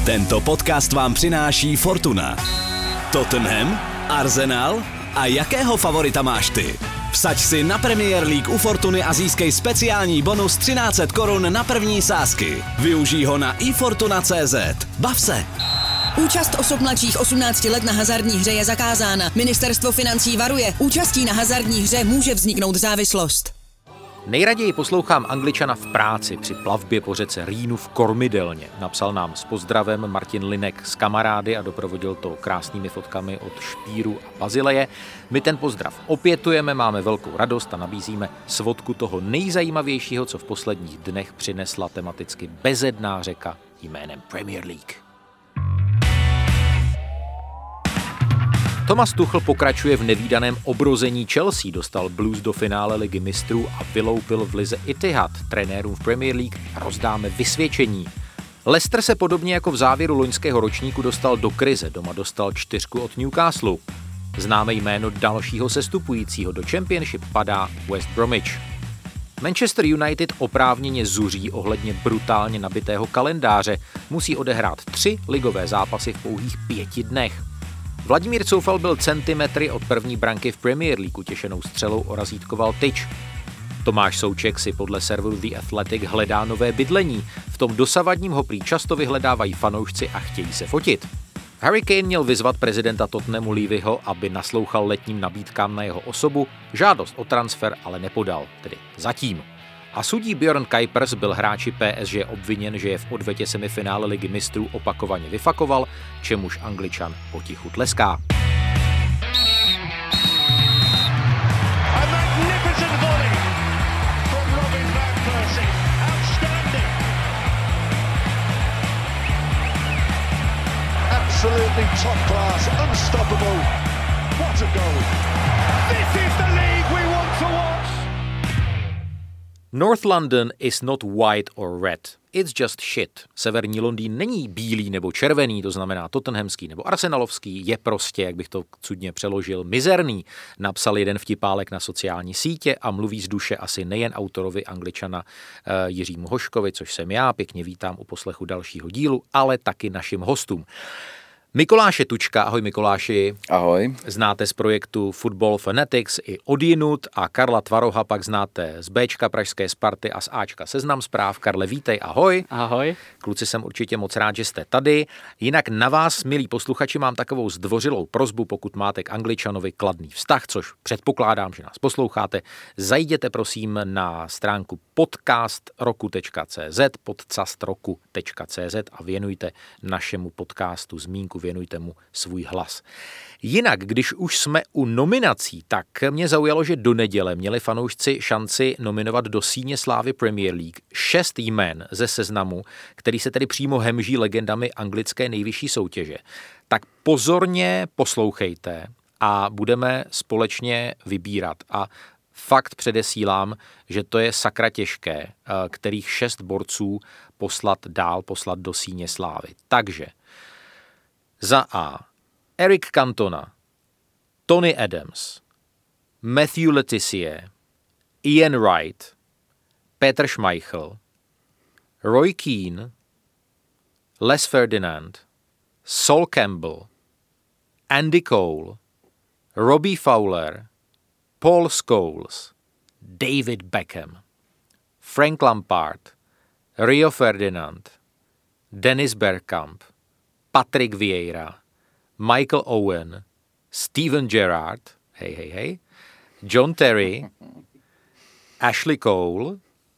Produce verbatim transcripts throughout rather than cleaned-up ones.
Tento podcast vám přináší Fortuna. Tottenham, Arsenal a jakého favorita máš ty? Vsaď si na Premier League u Fortuny a získej speciální bonus třináct set korun na první sázky. Využij ho na i fortuna tečka cé zet. Bav se! Účast osob mladších osmnácti let na hazardní hře je zakázána. Ministerstvo financí varuje, účastí na hazardní hře může vzniknout závislost. Nejraději poslouchám Angličana v práci při plavbě po řece Rýnu v kormidelně. Napsal nám s pozdravem Martin Linek z kamarády a doprovodil to krásnými fotkami od Špíru a Bazileje. My ten pozdrav opětujeme, máme velkou radost a nabízíme svodku toho nejzajímavějšího, co v posledních dnech přinesla tematicky bezedná řeka jménem Premier League. Thomas Tuchel pokračuje v nevídaném obrození Chelsea, dostal Blues do finále Ligy mistrů a vyloupil v lize Etihad. Trenérům v Premier League rozdáme vysvědčení. Leicester se podobně jako v závěru loňského ročníku dostal do krize, doma dostal čtyřku od Newcastle. Známe jméno dalšího sestupujícího, do Championship padá West Bromwich. Manchester United oprávněně zuří ohledně brutálně nabitého kalendáře, musí odehrát tři ligové zápasy v pouhých pěti dnech. Vladimír Coufal byl centimetry od první branky v Premier League, utěšenou střelou orazítkoval tyč. Tomáš Souček si podle serveru The Athletic hledá nové bydlení. V tom dosavadním ho prý často vyhledávají fanoušci a chtějí se fotit. Harry Kane měl vyzvat prezidenta Tottenhamu Levyho, aby naslouchal letním nabídkám na jeho osobu, žádost o transfer ale nepodal, tedy zatím. A sudí Björn Kuipers byl hráči P S G obviněn, že je v odvetě semifinále Ligy mistrů opakovaně vyfakoval, čemuž Angličan potichu tleská. Absolutely top class, unstoppable. What a goal. This is the league we want to watch. North London is not white or red. It's just shit. Severní Londýn není bílý nebo červený, to znamená tottenhamský nebo arsenalovský, je prostě, jak bych to cudně přeložil, mizerný, napsal jeden vtipálek na sociální sítě a mluví z duše asi nejen autorovi Angličana uh, Jiřímu Hoškovi, což jsem já, pěkně vítám u poslechu dalšího dílu, ale taky našim hostům. Mikuláše Tučka, ahoj Mikuláši. Ahoj. Znáte z projektu Football Fanatics i odjinud a Karla Tvaroha pak znáte z Bčka Pražské Sparty a z Ačka Seznam Zpráv. Karle, vítej, ahoj. Ahoj. Kluci, jsem určitě moc rád, že jste tady. Jinak na vás, milí posluchači, mám takovou zdvořilou prosbu, pokud máte k Angličanovi kladný vztah, což předpokládám, že nás posloucháte, zajděte prosím na stránku podcast roku tečka cé zet, podcast roku tečka cé zet a věnujte našemu podcastu zmínku, věnujte mu svůj hlas. Jinak, když už jsme u nominací, tak mě zaujalo, že do neděle měli fanoušci šanci nominovat do síně slávy Premier League šest jmén ze seznamu, který se tedy přímo hemží legendami anglické nejvyšší soutěže. Tak pozorně poslouchejte a budeme společně vybírat. A fakt předesílám, že to je sakra těžké, kterých šest borců poslat dál, poslat do síně slávy. Takže za A. Eric Cantona, Tony Adams, Matthew Le Tissier, Ian Wright, Peter Schmeichel, Roy Keane, Les Ferdinand, Sol Campbell, Andy Cole, Robbie Fowler, Paul Scholes, David Beckham, Frank Lampard, Rio Ferdinand, Dennis Bergkamp, Patrick Vieira, Michael Owen, Steven Gerrard, hej, hej, hej, John Terry, Ashley Cole,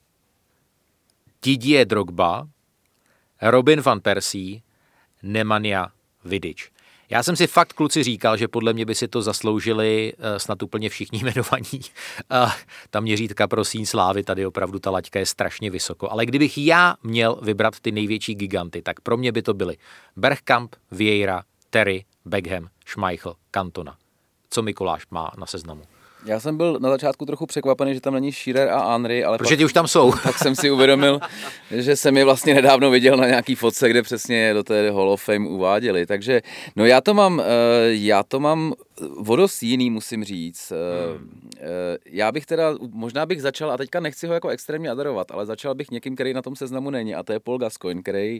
Didier Drogba, Robin van Persie, Nemanja Vidic. Já jsem si fakt, kluci, říkal, že podle mě by si to zasloužili uh, snad úplně všichni jmenovaní. Uh, ta měřítka pro síň slávy, tady opravdu ta laťka je strašně vysoko. Ale kdybych já měl vybrat ty největší giganty, tak pro mě by to byly Bergkamp, Vieira, Terry, Beckham, Schmeichel, Cantona. Co Mikuláš má na seznamu? Já jsem byl na začátku trochu překvapený, že tam není Shearer a Henry, ale protože pak, ti už tam jsou. tak jsem si uvědomil, že jsem je vlastně nedávno viděl na nějaký fotce, kde přesně do té Hall of Fame uváděli. Takže no já to mám, já to mám o dost jiný, musím říct. Hmm. Já bych teda, možná bych začal, a teďka nechci ho jako extrémně adorovat, ale začal bych někým, který na tom seznamu není, a to je Paul Gascoigne, který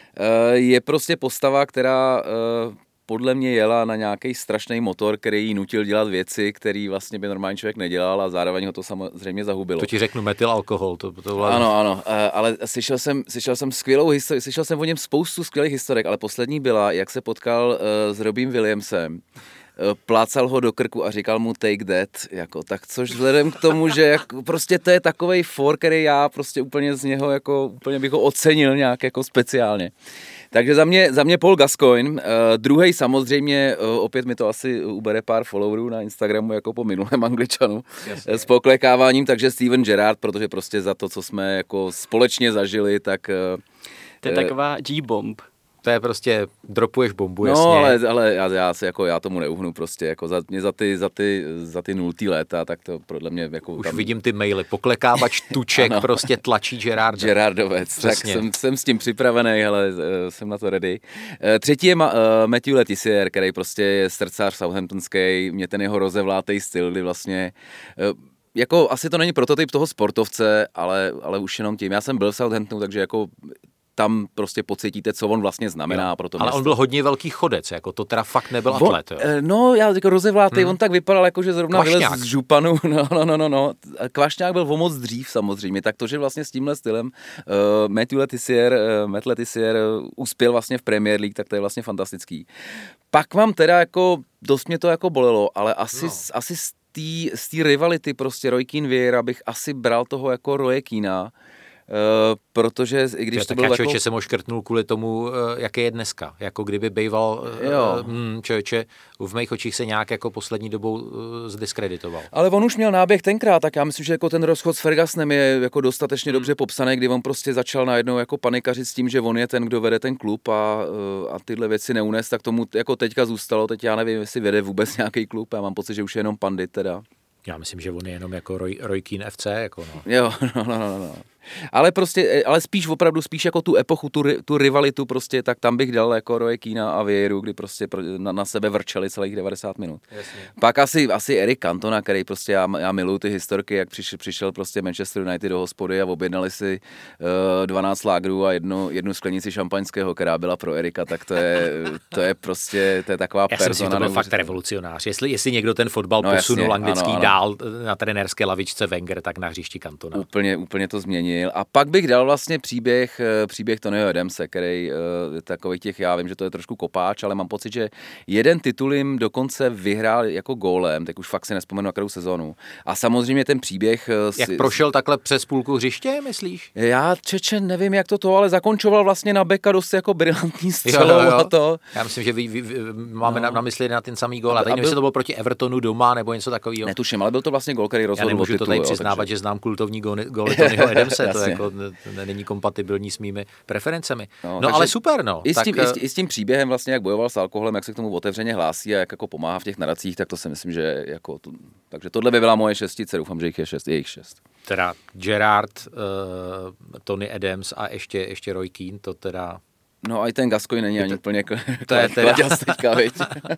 je prostě postava, která podle mě jela na nějaký strašný motor, který jí nutil dělat věci, které vlastně by normální člověk nedělal, a zároveň ho to samozřejmě zahubilo. To ti řeknu, metylalkohol. To, to vlastně... Ano, ano, ale slyšel jsem, slyšel jsem skvělou historii, slyšel jsem o něm spoustu skvělých historek, ale poslední byla, jak se potkal s Robin Williamsem, plácal ho do krku a říkal mu take that, jako, tak což vzhledem k tomu, že jako, prostě to je takovej for, který já prostě úplně z něho, jako, úplně bych ho ocenil nějak jako speciálně. Takže za mě, za mě Paul Gascoigne, uh, druhej samozřejmě, uh, opět mi to asi ubere pár followerů na Instagramu jako po minulém Angličanu, Jasně. s poklekáváním, takže Steven Gerrard, protože prostě za to, co jsme jako společně zažili, tak... Uh, to je taková G-bomb. To je prostě, dropuješ bombu, jasně. No, ale, ale já, já, se, jako, já tomu neuhnu prostě, jako za, mě za ty, za ty, za ty nultý léta, tak to podle mě jako... Už tam... vidím ty maily, poklekávač tuček, prostě tlačí Gerrard. Gerrardovec, Přesně. tak jsem, jsem s tím připravený, ale uh, jsem na to ready. Uh, třetí je ma, uh, Matthew Le Tissier, který prostě je srdcář southamptonský, mě ten jeho rozevlátej styl, kdy vlastně... Uh, jako asi to není prototyp toho sportovce, ale, ale už jenom tím. Já jsem byl v Southamptonu, takže jako... tam prostě pocítíte, co on vlastně znamená. Pro to ale město. On byl hodně velký chodec, jako to teda fakt nebyl on, atlet. Jo. No, já jako rozevlátej, hmm. on tak vypadal, jako že zrovna Kvašňák. vylez z županu. No, no, no, no, no. Kvašňák byl o moc dřív samozřejmě, tak to, že vlastně s tímhle stylem uh, Matthew Le Tissier, uh, Matt Le Tissier uh, uspěl vlastně v Premier League, tak to je vlastně fantastický. Pak mám teda jako, dost mě to jako bolelo, ale asi, no. asi z té z té rivality prostě Roy Keane Vieira bych asi bral toho jako Roye Keana. Uh, protože i když já, to bylo já člověče jako... jsem ho škrtnul kvůli tomu, uh, jaký je dneska. Jako kdyby býval, uh, hmm, člověče, v mých očích se nějak jako poslední dobou uh, zdiskreditoval. Ale on už měl náběh tenkrát, tak já myslím, že jako ten rozchod s Fergusonem je jako dostatečně hmm. dobře popsaný, kdy on prostě začal najednou jako panikařit s tím, že on je ten, kdo vede ten klub a, uh, a tyhle věci neunes, tak tomu jako teďka zůstalo. Teď já nevím, jestli vede vůbec nějaký klub, já mám pocit, že už je jenom pandit teda. Já myslím, že on je jenom jako Roy, Roy Keane F C, jako no. Jo, no, no, no, no. Ale prostě, ale spíš opravdu, spíš jako tu epochu, tu, tu rivalitu prostě, tak tam bych dal jako Roye Keana a Vieiru, kdy prostě na, na sebe vrčeli celých devadesát minut. Jasně. Pak asi, asi Eric Cantona, který prostě, já, já miluju ty historky, jak přišel, přišel prostě Manchester United do hospody a objednali si uh, dvanáct lágrů a jednu, jednu sklenici šampaňského, která byla pro Erika, tak to je, to je prostě, to je taková já persona. Já jsem si to byl fakt revolucionář. Jestli, jestli někdo ten fotbal no, posunul jasně, anglický ano, ano. dál na trenérské lavičce Wenger, tak na hřišti Cantona. Úplně, úplně to změnil. A pak bych dal vlastně příběh, příběh Tonyho Adamse, který takových těch, já vím, že to je trošku kopáč, ale mám pocit, že jeden titul jim dokonce vyhrál jako gólem, tak už fakt si nespomenu na kterou sezonu. A samozřejmě ten příběh... Jak si, prošel takhle přes půlku hřiště, myslíš? Já, čeče, nevím, jak to to, ale zakončoval vlastně na beka dost jako brilantní střelou a to. Já myslím, že vy, vy, vy, máme no. na, na mysli na ten samý gól. A teď nevím, jestli to bylo proti Evertonu doma nebo něco takového. Netuším, ale byl to vlastně gól, který rozhodl. Já nemůžu to tady přiznávat, takže... že znám kultovní góly Tonyho Adamse, to jako není kompatibilní s mými preferencemi. No, no ale super, no. I s, tím, tak... i, s, I s tím příběhem vlastně, jak bojoval s alkoholem, jak se k tomu otevřeně hlásí a jak jako pomáhá v těch naracích, tak to si myslím, že jako to, takže tohle by byla moje šestice, doufám, že jich je šest, je jich šest. Teda Gerrard, uh, Tony Adams a ještě, ještě Roy Keane, to teda... No a i ten Gascoigne není ani úplně to je teda teďka, viď?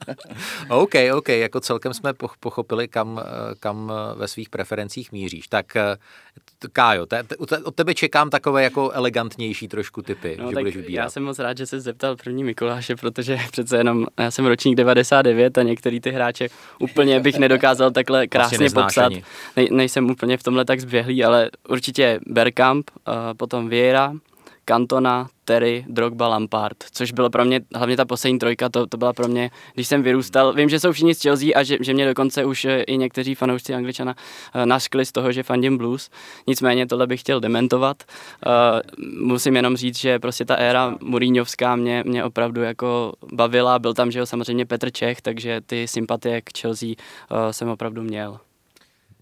OK, OK, jako celkem jsme pochopili, kam, kam ve svých preferencích míříš. Tak Kájo, te, te, od tebe čekám takové jako elegantnější trošku typy, no, že tak budeš vybírat. Já jsem moc rád, že jsi zeptal první Mikuláše, protože přece jenom já jsem ročník devadesát devět a některý ty hráče úplně bych nedokázal takhle krásně vlastně popsat. Ne, nejsem úplně v tomhle tak zběhlý, ale určitě Bergkamp, potom Vieira, Cantona, Terry, Drogba, Lampard, což bylo pro mě, hlavně ta poslední trojka, to, to byla pro mě, když jsem vyrůstal, vím, že jsou všichni z Chelsea a že, že mě dokonce už i někteří fanoušci Angličana uh, naskli z toho, že fandím Blues, nicméně tohle bych chtěl dementovat. Uh, musím jenom říct, že prostě ta éra Mourinhovská mě, mě opravdu jako bavila, byl tam, že jo, samozřejmě Petr Čech, takže ty sympatie k Chelsea uh, jsem opravdu měl.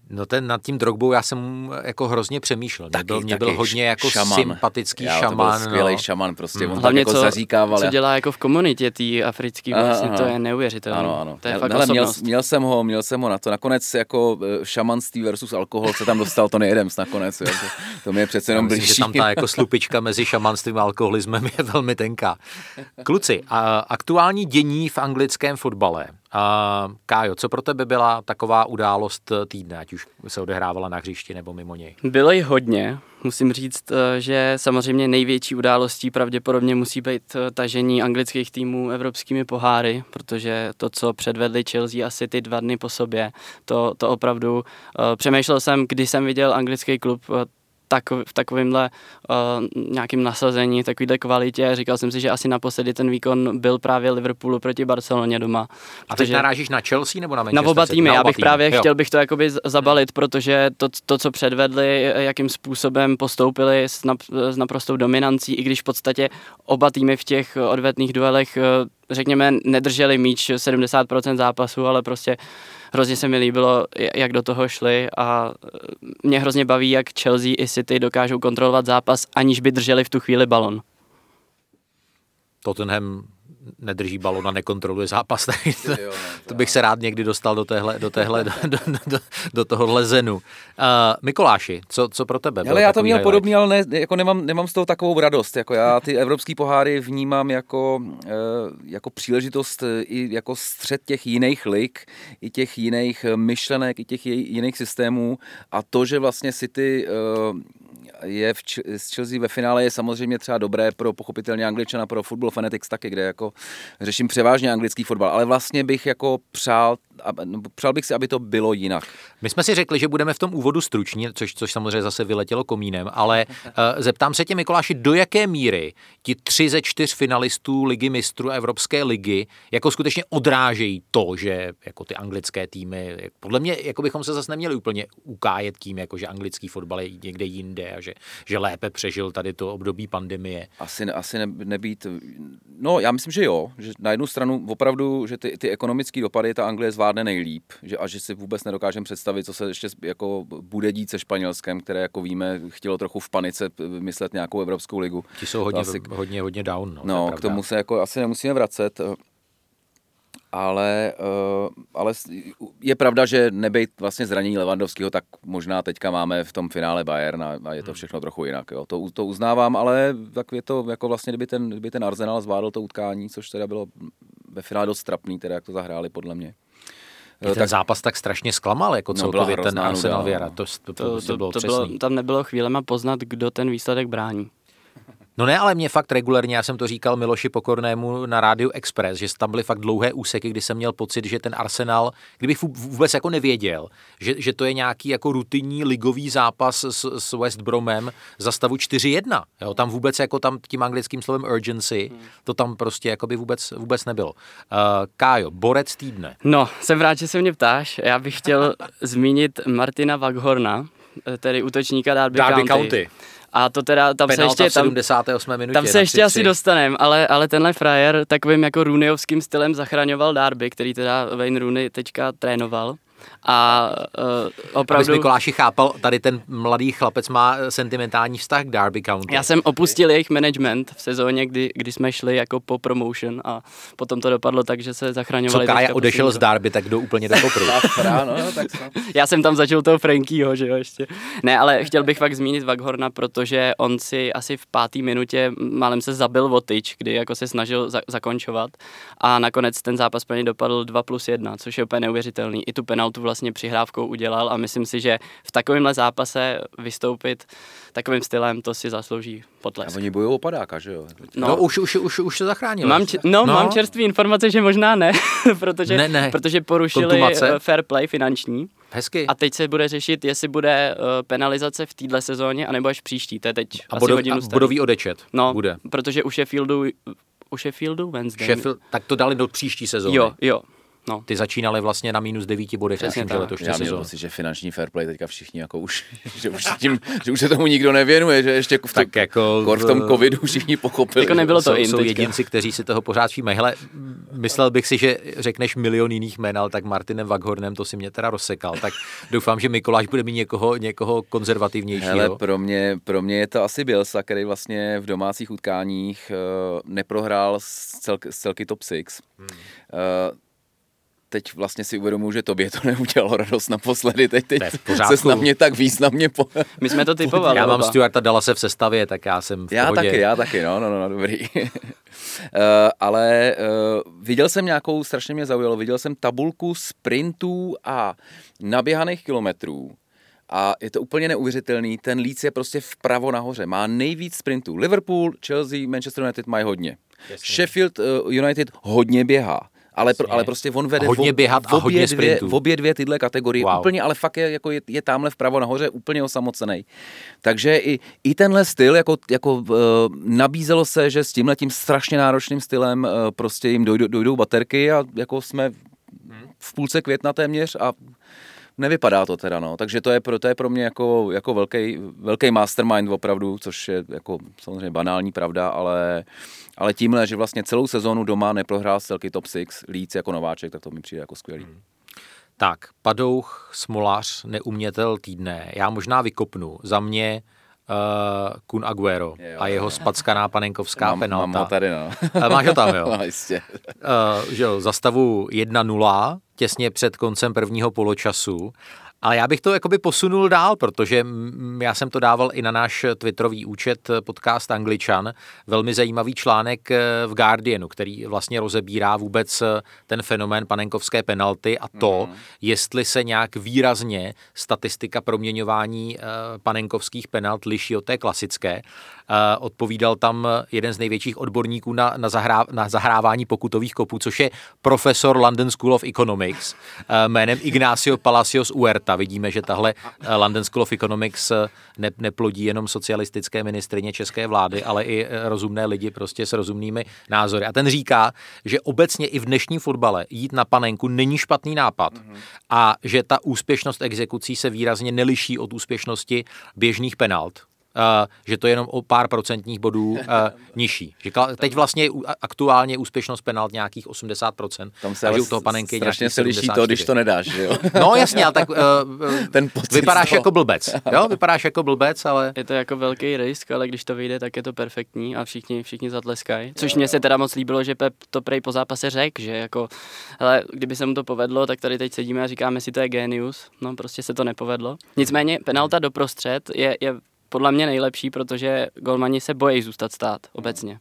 No ten nad tím Drogbou já jsem jako hrozně přemýšlel. Taky, byl, mě taky byl hodně jako šaman. sympatický já, šaman. To byl skvělej no. šaman prostě, Mm. on Hlavně tak jako co, zaříkával. co dělá jako v komunitě tý africký, vlastně aha, to je neuvěřitelné. Ano, ano. To je Hele, fakt měl, osobnost. měl, jsem ho, měl jsem ho na to. Nakonec jako šamanství versus alkohol se tam dostal, to nejedem nakonec. Jo. To, to mi je přece jenom blížší. Myslím, že tam ta jako slupička mezi šamanstvím a alkoholismem je velmi tenká. Kluci, a aktuální dění v anglickém fotbale. A Kájo, co pro tebe byla taková událost týdne, ať už se odehrávala na hřišti nebo mimo něj? Bylo jí hodně. Musím říct, že samozřejmě největší událostí pravděpodobně musí být tažení anglických týmů evropskými poháry, protože to, co předvedli Chelsea asi ty dva dny po sobě, to, to opravdu přemýšlel jsem, když jsem viděl anglický klub tak, v takovémhle uh, nějakým nasazení, takovýhle kvalitě. Říkal jsem si, že asi naposledy ten výkon byl právě Liverpoolu proti Barceloně doma. A teď narážíš na Chelsea nebo na Manchester? Na oba týmy, na já oba bych týmy. právě jo. chtěl bych to jakoby zabalit, protože to, to, co předvedli, jakým způsobem postoupili s, nap, s naprostou dominancí, i když v podstatě oba týmy v těch odvetných duelech, řekněme, nedrželi míč sedmdesát procent zápasu, ale prostě hrozně se mi líbilo, jak do toho šli a mě hrozně baví, jak Chelsea i City dokážou kontrolovat zápas, aniž by drželi v tu chvíli balon. Tottenham nedrží balon a nekontroluje zápas. to, to bych se rád někdy dostal do téhle, do, téhle, do, do, do, do tohohle zenu. Uh, Mikuláši, co, co pro tebe? Ale já to měl podobně, ale ne, jako nemám, nemám z toho takovou radost. Jako já ty evropský poháry vnímám jako, jako příležitost i jako střed těch jiných lig, i těch jiných myšlenek, i těch jiných systémů a to, že vlastně City je v, s Chelsea ve finále je samozřejmě třeba dobré pro pochopitelně Angličana, pro Football Fanatics taky, kde jako řeším převážně anglický fotbal, ale vlastně bych jako přál, přál bych si, aby to bylo jinak. My jsme si řekli, že budeme v tom úvodu struční, což, což samozřejmě zase vyletělo komínem, ale uh, zeptám se tě, Mikuláši, do jaké míry ti tři ze čtyř finalistů Ligy mistrů a Evropské ligy jako skutečně odrážejí to, že jako ty anglické týmy, podle mě jako bychom se zase neměli úplně ukájet tím, jako že anglický fotbal je někde jinde a že, že lépe přežil tady to období pandemie. Asi, asi ne, nebýt, no já myslím, že jo, že na jednu stranu opravdu, že ty, ty ekonomické dopady ta Anglie zvládne nejlíp, že a že si vůbec nedokážeme představit, co se ještě jako bude dít se Španělskem, které jako víme, chtělo trochu v panice myslet nějakou Evropskou ligu. Ti jsou hodně, hodně, hodně down. No, no k tomu se jako asi nemusíme vracet. Ale, uh, ale je pravda, že nebejt vlastně zranění Lewandowského, tak možná teďka máme v tom finále Bayern a, a je to všechno trochu jinak. Jo. To, to uznávám, ale tak je to jako vlastně, kdyby ten, kdyby ten Arsenal zvládl to utkání, což teda bylo ve finále dost trapný, teda jak to zahráli podle mě. Ten tak, zápas tak strašně zklamal, jako celkově no, ten Arsenal Věra. To, to, to, to, bylo to bylo, tam nebylo chvílema poznat, kdo ten výsledek brání. No ne, ale mě fakt regulérně, já jsem to říkal Miloši Pokornému na Rádiu Express, že tam byly fakt dlouhé úseky, kdy jsem měl pocit, že ten Arsenal, kdybych vůbec jako nevěděl, že, že to je nějaký jako rutinní ligový zápas s, s West Bromem za stavu čtyři jedna. Jo, tam vůbec jako tam tím anglickým slovem urgency, hmm. to tam prostě jako by vůbec, vůbec nebylo. Uh, Kájo, borec týdne. No, jsem rád, že se mě ptáš. Já bych chtěl zmínit Martina Waghorna, tedy útočníka Derby, Derby County. County. A to teda, tam Penalta se ještě, v sedmdesátém osmé minutě. Tam se ještě asi dostaneme, ale, ale tenhle frajer takovým jako Rooneyovským stylem zachraňoval Derby, který teda Wayne Rooney teďka trénoval. A uh, opravdu... Abys Mikuláši chápal, tady ten mladý chlapec má sentimentální vztah k Derby County. Já jsem opustil jejich management v sezóně, kdy, kdy jsme šli jako po promotion a potom to dopadlo tak, že se zachraňovali. Co Kája odešel z Derby, tak kdo úplně do kopru. Já jsem tam začal toho Frankyho, že jo, ještě. Ne, ale chtěl bych fakt zmínit Waghorna, protože on si asi v pátý minutě málem se zabil o tyč, kdy jako se snažil za- zakončovat a nakonec ten zápas pro něj dopadl dva plus jedna, což je úplně neuvěřitelný. I tu penaltu tu vlastně přihrávkou udělal a myslím si, že v takovémhle zápase vystoupit takovým stylem, to si zaslouží potlesk. A oni bojují o padáka, že jo? No, no už, už, už, už se zachránili. Mám, č- no, no, mám čerstvý informace, že možná ne, protože, ne, ne. protože porušili Kontumace. fair play finanční. Hezky. A teď se bude řešit, jestli bude uh, penalizace v téhle sezóně, anebo až příští. To je teď a asi bodov, hodinu a bodový odečet no, bude. Protože u Sheffieldu, u Sheffieldu Wednesday. Sheffield, tak to dali do příští sezóny. Jo, jo. No. Ty začínali vlastně na minus devíti bodech. Přesně tak. Já měl pocit, že finanční fair play teďka všichni jako už, že už, tím, že už se tomu nikdo nevěnuje, že ještě v, tak jako v tom covidu všichni pochopili. Jako nebylo to jsou, in jsou teďka. jedinci, kteří si toho pořád všímají. Hele, myslel bych si, že řekneš milion jiných jmen, ale tak Martinem Waghornem to si mě teda rozsekal. Tak doufám, že Mikuláš bude mít někoho, někoho konzervativnějšího. Hele, pro mě, pro mě je to asi Bielsa, který vlastně v domácích utkáních uh, neprohrál z, celk, z celky top šest. Hmm. Uh, Teď vlastně si uvědomuji, že tobě to neudělalo radost naposledy, teď, teď ses na mě tak významně po... My jsme to typovali. Já mám Stuarta Dallase v sestavě, tak já jsem v já pohodě. Já taky, já taky, no, no, no, dobrý. uh, ale uh, viděl jsem nějakou, strašně mě zaujalo, viděl jsem tabulku sprintů a naběhaných kilometrů. A je to úplně neuvěřitelný, ten Leeds je prostě vpravo nahoře, má nejvíc sprintů. Liverpool, Chelsea, Manchester United mají hodně. Jasně. Sheffield uh, United hodně běhá. Ale, pro, ale prostě on vede hodně běhat v, obě a hodně dvě, v obě dvě tyhle kategorie. Wow. Úplně, ale fakt je, jako je, je tamhle vpravo nahoře úplně osamocený. Takže i, i tenhle styl, jako, jako uh, nabízelo se, že s tímhletím strašně náročným stylem uh, prostě jim dojdou, dojdou baterky a jako jsme v půlce května téměř a nevypadá to teda, no. Takže to je pro, to je pro mě jako, jako velký, velký mastermind opravdu, což je jako samozřejmě banální pravda, ale, ale tímhle, že vlastně celou sezónu doma neprohrál z celky top šest Leeds jako nováček, tak to mi přijde jako skvělý. Hmm. Tak, Padouch, Smolař, neumětel týdne. Já možná vykopnu. Za mě uh, Kun Aguero jo, a jeho spackaná panenkovská mám, penalta. Mám ho tady, no. Máš ho tam, jo? No, jistě. Uh, že jo, za stavu jedna nula, těsně před koncem prvního poločasu. Ale já bych to jakoby posunul dál, protože já jsem to dával i na náš twitterový účet podcast Angličan. Velmi zajímavý článek v Guardianu, který vlastně rozebírá vůbec ten fenomén panenkovské penalty a to, mm. jestli se nějak výrazně statistika proměňování panenkovských penalt liší od té klasické. Odpovídal tam jeden z největších odborníků na, na, zahrá, na zahrávání pokutových kopů, což je profesor London School of Economics jménem Ignacio Palacios Huerta. Vidíme, že tahle London School of Economics ne, neplodí jenom socialistické ministryně české vlády, ale i rozumné lidi prostě s rozumnými názory. A ten říká, že obecně i v dnešním fotbale jít na panenku není špatný nápad a že ta úspěšnost exekucí se výrazně neliší od úspěšnosti běžných penalt. Uh, že to je jenom o pár procentních bodů uh, nižší. Že teď vlastně aktuálně úspěšnost penalt nějakých osmdesát procent. Tam se a že u toho panenky strašně se liší to, když to nedáš, že jo? No jasně, ale tak uh, Ten vypadáš jako blbec. Jo, vypadáš jako blbec, ale... Je to jako velký risk, ale když to vyjde, tak je to perfektní a všichni, všichni zatleskají. Což mně se teda moc líbilo, že Pep to prej po zápase řekl, že jako, hele, kdyby se mu to povedlo, tak tady teď sedíme a říkáme si, to je génius. No prostě se to nepovedlo. Nicméně penalta doprostřed je, je podle mě nejlepší, protože golmani se bojí zůstat stát obecně.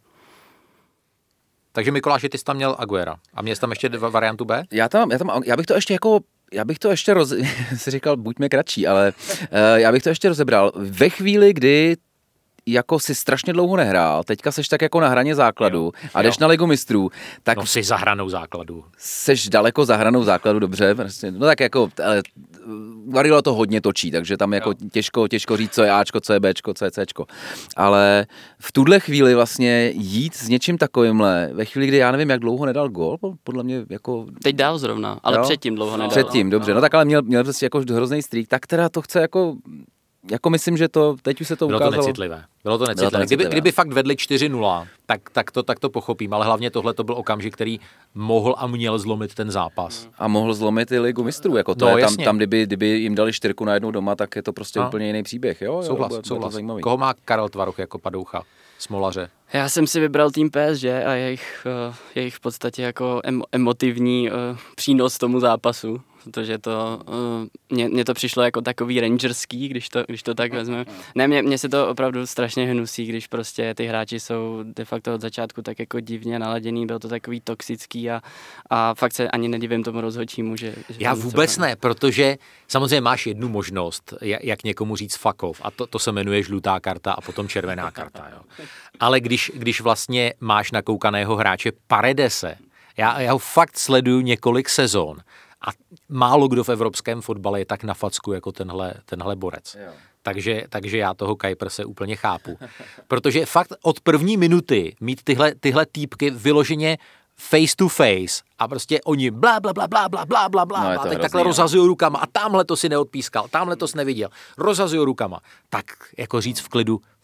Takže Mikuláši, ty jsi tam měl Aguera. A měl jsi tam ještě variantu B? Já tam, já tam, já bych to ještě jako, já bych to ještě roz... si říkal, buďme kratší, ale uh, já bych to ještě rozebral. Ve chvíli, kdy jako si strašně dlouho nehrál, teďka seš tak jako na hraně základu jo, a jdeš jo. na Ligu mistrů, tak... No jsi za hranou základu. Seš daleko za hranou základu, dobře, prostě, no tak jako, ale Guardiola to hodně točí, takže tam jako těžko, těžko říct, co je Ačko, co je Bčko, co je Cčko. Ale v tuhle chvíli vlastně jít s něčím takovýmhle, ve chvíli, kdy já nevím, jak dlouho nedal gól, podle mě jako... Teď dál zrovna, ale jo? předtím dlouho nedal. Předtím, dobře, no tak ale měl, měl prostě jako hrozný streak, tak teda to chce jako... Jako myslím, že to, teď už se to Bylo ukázalo. To necitlivé. Bylo to necitlivé. Bylo to necitlivé. Kdyby, kdyby fakt vedli čtyři nula, tak, tak, to, tak to pochopím, ale hlavně tohle to byl okamžik, který mohl a měl zlomit ten zápas. A mohl zlomit i Ligu mistrů, jako to no, je tam, tam kdyby, kdyby jim dali čtyřku na jednou doma, tak je to prostě no. úplně jiný příběh, jo? Souhlas, jo, souhlas. Koho má Karel Tvaroch jako Padoucha? Smolaře. Já jsem si vybral tým P S G a jejich, jejich v podstatě jako emotivní přínos tomu zápasu. Protože to, mně, mně to přišlo jako takový rangerský, když to, když to tak vezmeme. Ne, mně, mně se to opravdu strašně hnusí, když prostě ty hráči jsou de facto od začátku tak jako divně naladěný, byl to takový toxický a, a fakt se ani nedivím tomu rozhodčímu, že... že Já vůbec ne, protože samozřejmě máš jednu možnost, jak někomu říct fuck off a to, to se jmenuje žlutá karta a potom červená karta. Jo. Ale když, když vlastně máš nakoukaného hráče Paredese, já, já ho fakt sleduju několik sezon, a málo kdo v evropském fotbale je tak na facku jako tenhle, tenhle borec. Takže, takže já toho Kuiperse úplně chápu. Protože fakt od první minuty mít tyhle, tyhle týpky vyloženě face to face a prostě oni blá, blá, blá, blá, blá, blá, blá, blá, no, a teď takhle rozhazují rukama a tamhle to si neodpískal, tamhle to si neviděl, rozhazují rukama. Tak jako říct v klidu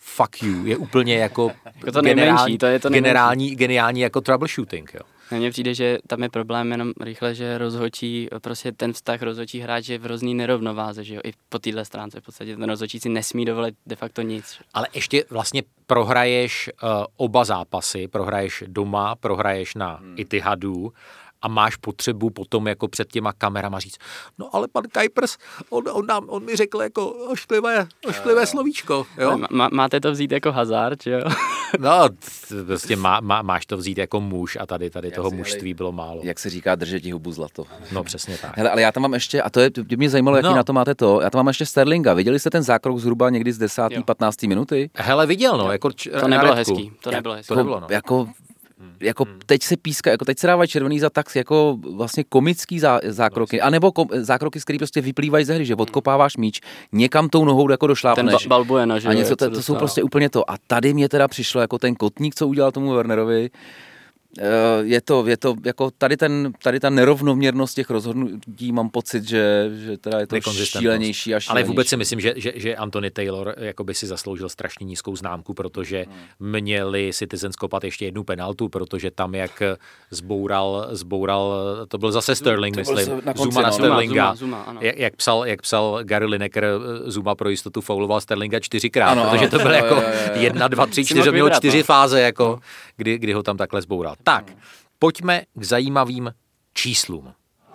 fuck you je úplně jako, jako to generální, to je to generální, geniální jako troubleshooting, jo. Mně přijde, že tam je problém jenom rychle, že rozhodčí, prostě ten vztah rozhodčí hráč je v hrozný nerovnováze, že jo, i po téhle stránce v podstatě ten rozhodčí si nesmí dovolit de facto nic. Ale ještě vlastně prohraješ uh, oba zápasy, prohraješ doma, prohraješ na hmm. Etihadu a máš potřebu potom jako před těma kamerama říct, no ale pan Kuipers, on, on, nám, on mi řekl jako ošklivé, ošklivé slovíčko, jo. Má, máte to vzít jako hazard, jo? No, prostě má, má, máš to vzít jako muž a tady, tady toho mužství bylo málo. Jak se říká, držet ti hubu zlato. No přesně tak. Hele, ale já tam mám ještě, a to je, mě zajímalo, jaký no. na to máte to, já tam mám ještě Sterlinga. Viděli jste ten zákrok zhruba někdy z desáté patnácté minuty? Hele, viděl, no. Jako č- to nebylo hezký, to nebylo hezký. To nebylo, no. Jako, jako hmm. teď se píska, jako teď se dávají červený za tak jako vlastně komický zá, zákroky, anebo kom, zákroky, z kterých prostě vyplývají ze hry, že odkopáváš míč, někam tou nohou jako došlápneš. Ten Balbuena, že a něco, to, to jsou prostě úplně to. A tady mě teda přišlo jako ten kotník, co udělal tomu Wernerovi. Je to, je to jako tady, ten, tady ta nerovnoměrnost těch rozhodnutí, mám pocit, že, že teda je to šílenější a šílenější. Ale vůbec si myslím, že, že, že Anthony Taylor jakoby si zasloužil strašně nízkou známku, protože hmm. měli Citizens kopat ještě jednu penaltu, protože tam jak zboural, zboural to byl zase Sterling, to myslím, na Zuma na Sterlinga. Zuma, Zuma, jak, jak, psal, jak psal Gary Lineker, Zuma pro jistotu fauloval Sterlinga čtyřikrát, ano, protože to bylo jako jedna, dva, tři, čtyři, měl čtyři fáze, jako, kdy, kdy ho tam takhle zboural. Tak, pojďme k zajímavým číslům.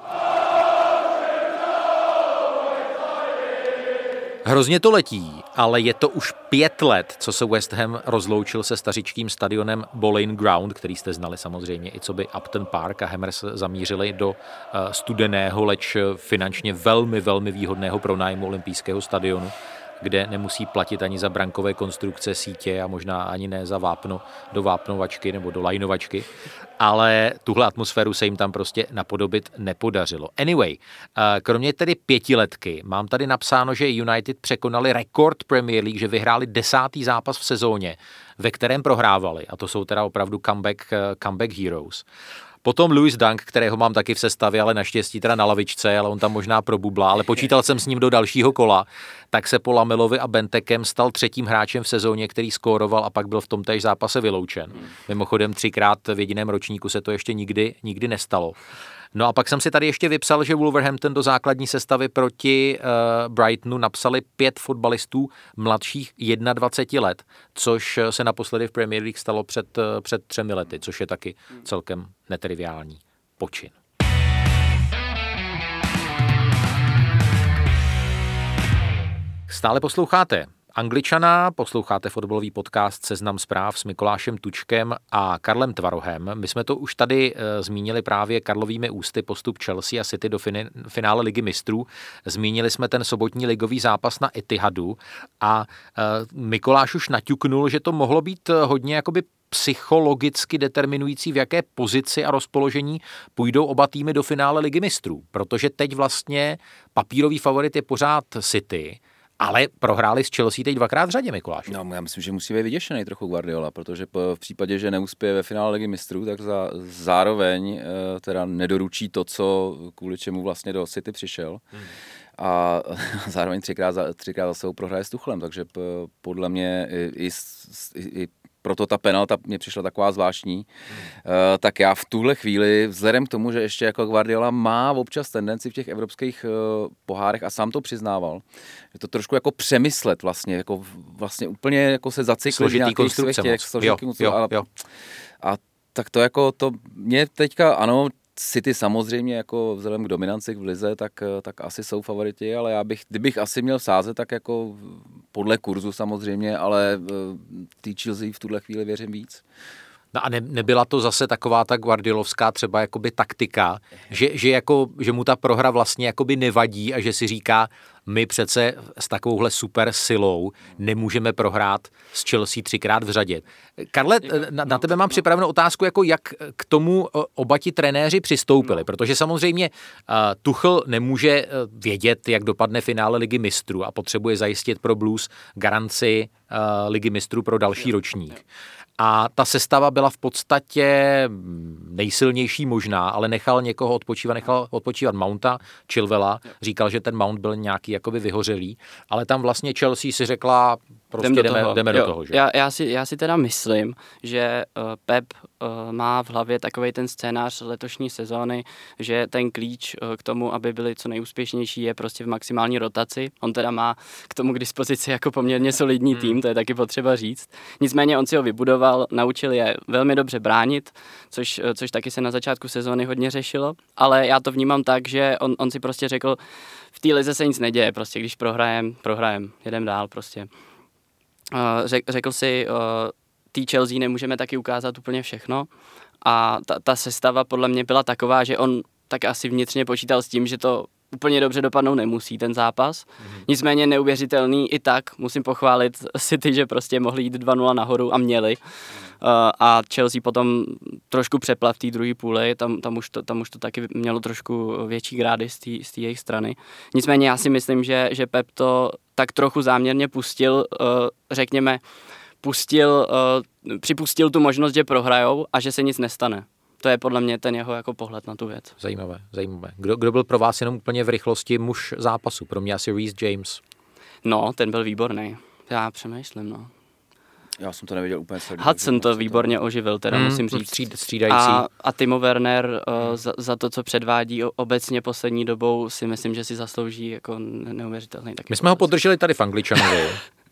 Hrozně to letí, ale je to už pět let, co se West Ham rozloučil se stařičkým stadionem Boleyn Ground, který jste znali samozřejmě i co by Upton Park, a Hammers zamířili do uh, studeného, leč finančně velmi, velmi výhodného pronájmu olympijského stadionu, kde nemusí platit ani za brankové konstrukce, sítě a možná ani ne za vápno do vápnovačky nebo do lajnovačky, ale tuhle atmosféru se jim tam prostě napodobit nepodařilo. Anyway, kromě tedy pětiletky, mám tady napsáno, že United překonali rekord Premier League, že vyhráli desátý zápas v sezóně, ve kterém prohrávali, a to jsou teda opravdu comeback, comeback heroes. Potom Lewis Dunk, kterého mám taky v sestavě, ale naštěstí teda na lavičce, ale on tam možná probubla, ale počítal jsem s ním do dalšího kola, tak se po Lamelovi a Bentekem stal třetím hráčem v sezóně, který skóroval a pak byl v tom též zápase vyloučen. Mimochodem třikrát v jediném ročníku se to ještě nikdy, nikdy nestalo. No a pak jsem si tady ještě vypsal, že Wolverhampton do základní sestavy proti uh, Brightonu napsali pět fotbalistů mladších dvacet jedna let, což se naposledy v Premier League stalo před, uh, před třemi lety, což je taky celkem netriviální počin. Stále posloucháte Angličana, posloucháte fotbalový podcast Seznam zpráv s Mikulášem Tučkem a Karlem Tvarohem. My jsme to už tady e, zmínili právě Karlovými ústy postup Chelsea a City do fin- finále Ligy mistrů. Zmínili jsme ten sobotní ligový zápas na Etihadu a e, Mikuláš už naťuknul, že to mohlo být hodně jakoby psychologicky determinující, v jaké pozici a rozpoložení půjdou oba týmy do finále Ligy mistrů, protože teď vlastně papírový favorit je pořád City, ale prohráli s Chelsea teď dvakrát v řadě, Mikuláš. No, já myslím, že musí být vyděšený trochu Guardiola, protože v případě, že neuspěje ve finále Ligy mistrů, tak za, zároveň teda nedoručí to, co kvůli čemu vlastně do City přišel. Hmm. A zároveň třikrát za, třikrát za sebou prohraje s Tuchlem, takže podle mě i, i, i proto ta penalta mě přišla taková zvláštní, hmm. uh, tak já v tuhle chvíli, vzhledem k tomu, že ještě jako Guardiola má občas tendenci v těch evropských uh, pohárech a sám to přiznával, že to trošku jako přemyslet vlastně, jako vlastně úplně jako se zacyklit v nějakých světě, složitý moc. Jo, jo. A, a tak to jako to mě teďka, ano, City samozřejmě jako vzhledem k dominanci v lize, tak, tak asi jsou favoriti, ale já bych, kdybych asi měl sázet, tak jako podle kurzu samozřejmě, ale tý Chelsea v tuhle chvíli věřím víc. No a ne, nebyla to zase taková ta guardiolovská třeba jakoby taktika, že, že, jako, že mu ta prohra vlastně jakoby nevadí a že si říká, my přece s takovouhle super silou nemůžeme prohrát s Chelsea třikrát v řadě. Karle, na, na tebe mám připravenou otázku, jako jak k tomu oba ti trenéři přistoupili, protože samozřejmě uh, Tuchel nemůže vědět, jak dopadne finále Ligy mistrů a potřebuje zajistit pro Blues garanci uh, Ligy mistrů pro další ročník. A ta sestava byla v podstatě nejsilnější možná, ale nechal někoho odpočívat, nechal odpočívat Mounta, Chilwella, říkal, že ten Mount byl nějaký jakoby vyhořelý, ale tam vlastně Chelsea si řekla, Prostě do jdeme, toho. jdeme do jo, toho, že? Já, já, si, já si teda myslím, že uh, Pep uh, má v hlavě takovej ten scénář letošní sezóny, že ten klíč uh, k tomu, aby byli co nejúspěšnější, je prostě v maximální rotaci. On teda má k tomu k dispozici jako poměrně solidní tým, hmm. to je taky potřeba říct. Nicméně on si ho vybudoval, naučil je velmi dobře bránit, což, uh, což taky se na začátku sezóny hodně řešilo, ale já to vnímám tak, že on, on si prostě řekl, v té lize se nic neděje, prostě když prohrajem, prohrajem, jedem dál prostě. Řek, řekl si, tý Chelsea nemůžeme taky ukázat úplně všechno a ta, ta sestava podle mě byla taková, že on tak asi vnitřně počítal s tím, že to úplně dobře dopadnout nemusí ten zápas. Mm-hmm. Nicméně neuvěřitelný i tak, musím pochválit City, že prostě mohli jít dva nula nahoru a měli. Uh, a Chelsea potom trošku přepla v té druhé půli, tam, tam, už to, tam už to taky mělo trošku větší grády z té jejich strany. Nicméně já si myslím, že, že Pep to tak trochu záměrně pustil, uh, řekněme, pustil, uh, připustil tu možnost, že prohrajou a že se nic nestane. To je podle mě ten jeho jako pohled na tu věc. Zajímavé, zajímavé. Kdo, kdo byl pro vás jenom úplně v rychlosti muž zápasu? Pro mě asi Reece James. No, ten byl výborný. Já přemýšlím, no. Já jsem to nevěděl úplně celý. Hudson to výborně oživil, teda mm, musím říct. Stříd, střídající. A, a Timo Werner uh, za, za to, co předvádí obecně poslední dobou, si myslím, že si zaslouží jako neuvěřitelný. My jsme ho podrželi tady v Angličanovi.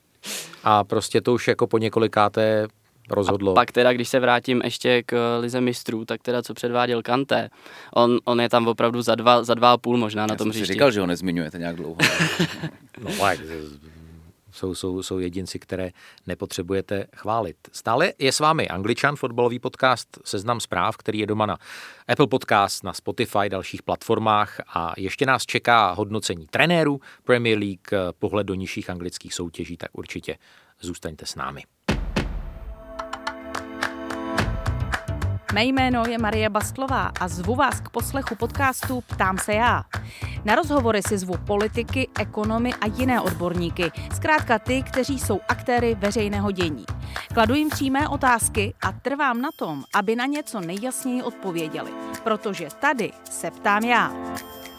A prostě to už jako po několikáté rozhodlo. A pak teda, když se vrátím ještě k lize mistrů, tak teda co předváděl Kanté, on, on je tam opravdu za dva, za dva a půl možná na Já tom hřišti. Já jsem si říkal, že ho nezmiňujete nějak dlouho. No tak, jsou, jsou, jsou jedinci, které nepotřebujete chválit. Stále je s vámi Angličan, fotbalový podcast Seznam zpráv, který je doma na Apple Podcast, na Spotify, dalších platformách a ještě nás čeká hodnocení trenérů Premier League, pohled do nižších anglických soutěží, tak určitě zůstaňte s námi. Mé jméno je Marie Bastlová a zvu vás k poslechu podcastu Ptám se já. Na rozhovory si zvu politiky, ekonomy a jiné odborníky, zkrátka ty, kteří jsou aktéry veřejného dění. Kladu jim přímé otázky a trvám na tom, aby na ně co nejjasněji odpověděli, protože tady se ptám já.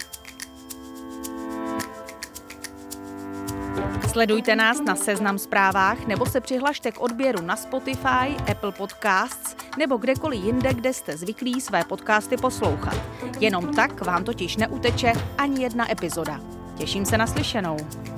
Sledujte nás na Seznam zprávách nebo se přihlašte k odběru na Spotify, Apple Podcasts nebo kdekoliv jinde, kde jste zvyklí své podcasty poslouchat. Jenom tak vám totiž neuteče ani jedna epizoda. Těším se na slyšenou.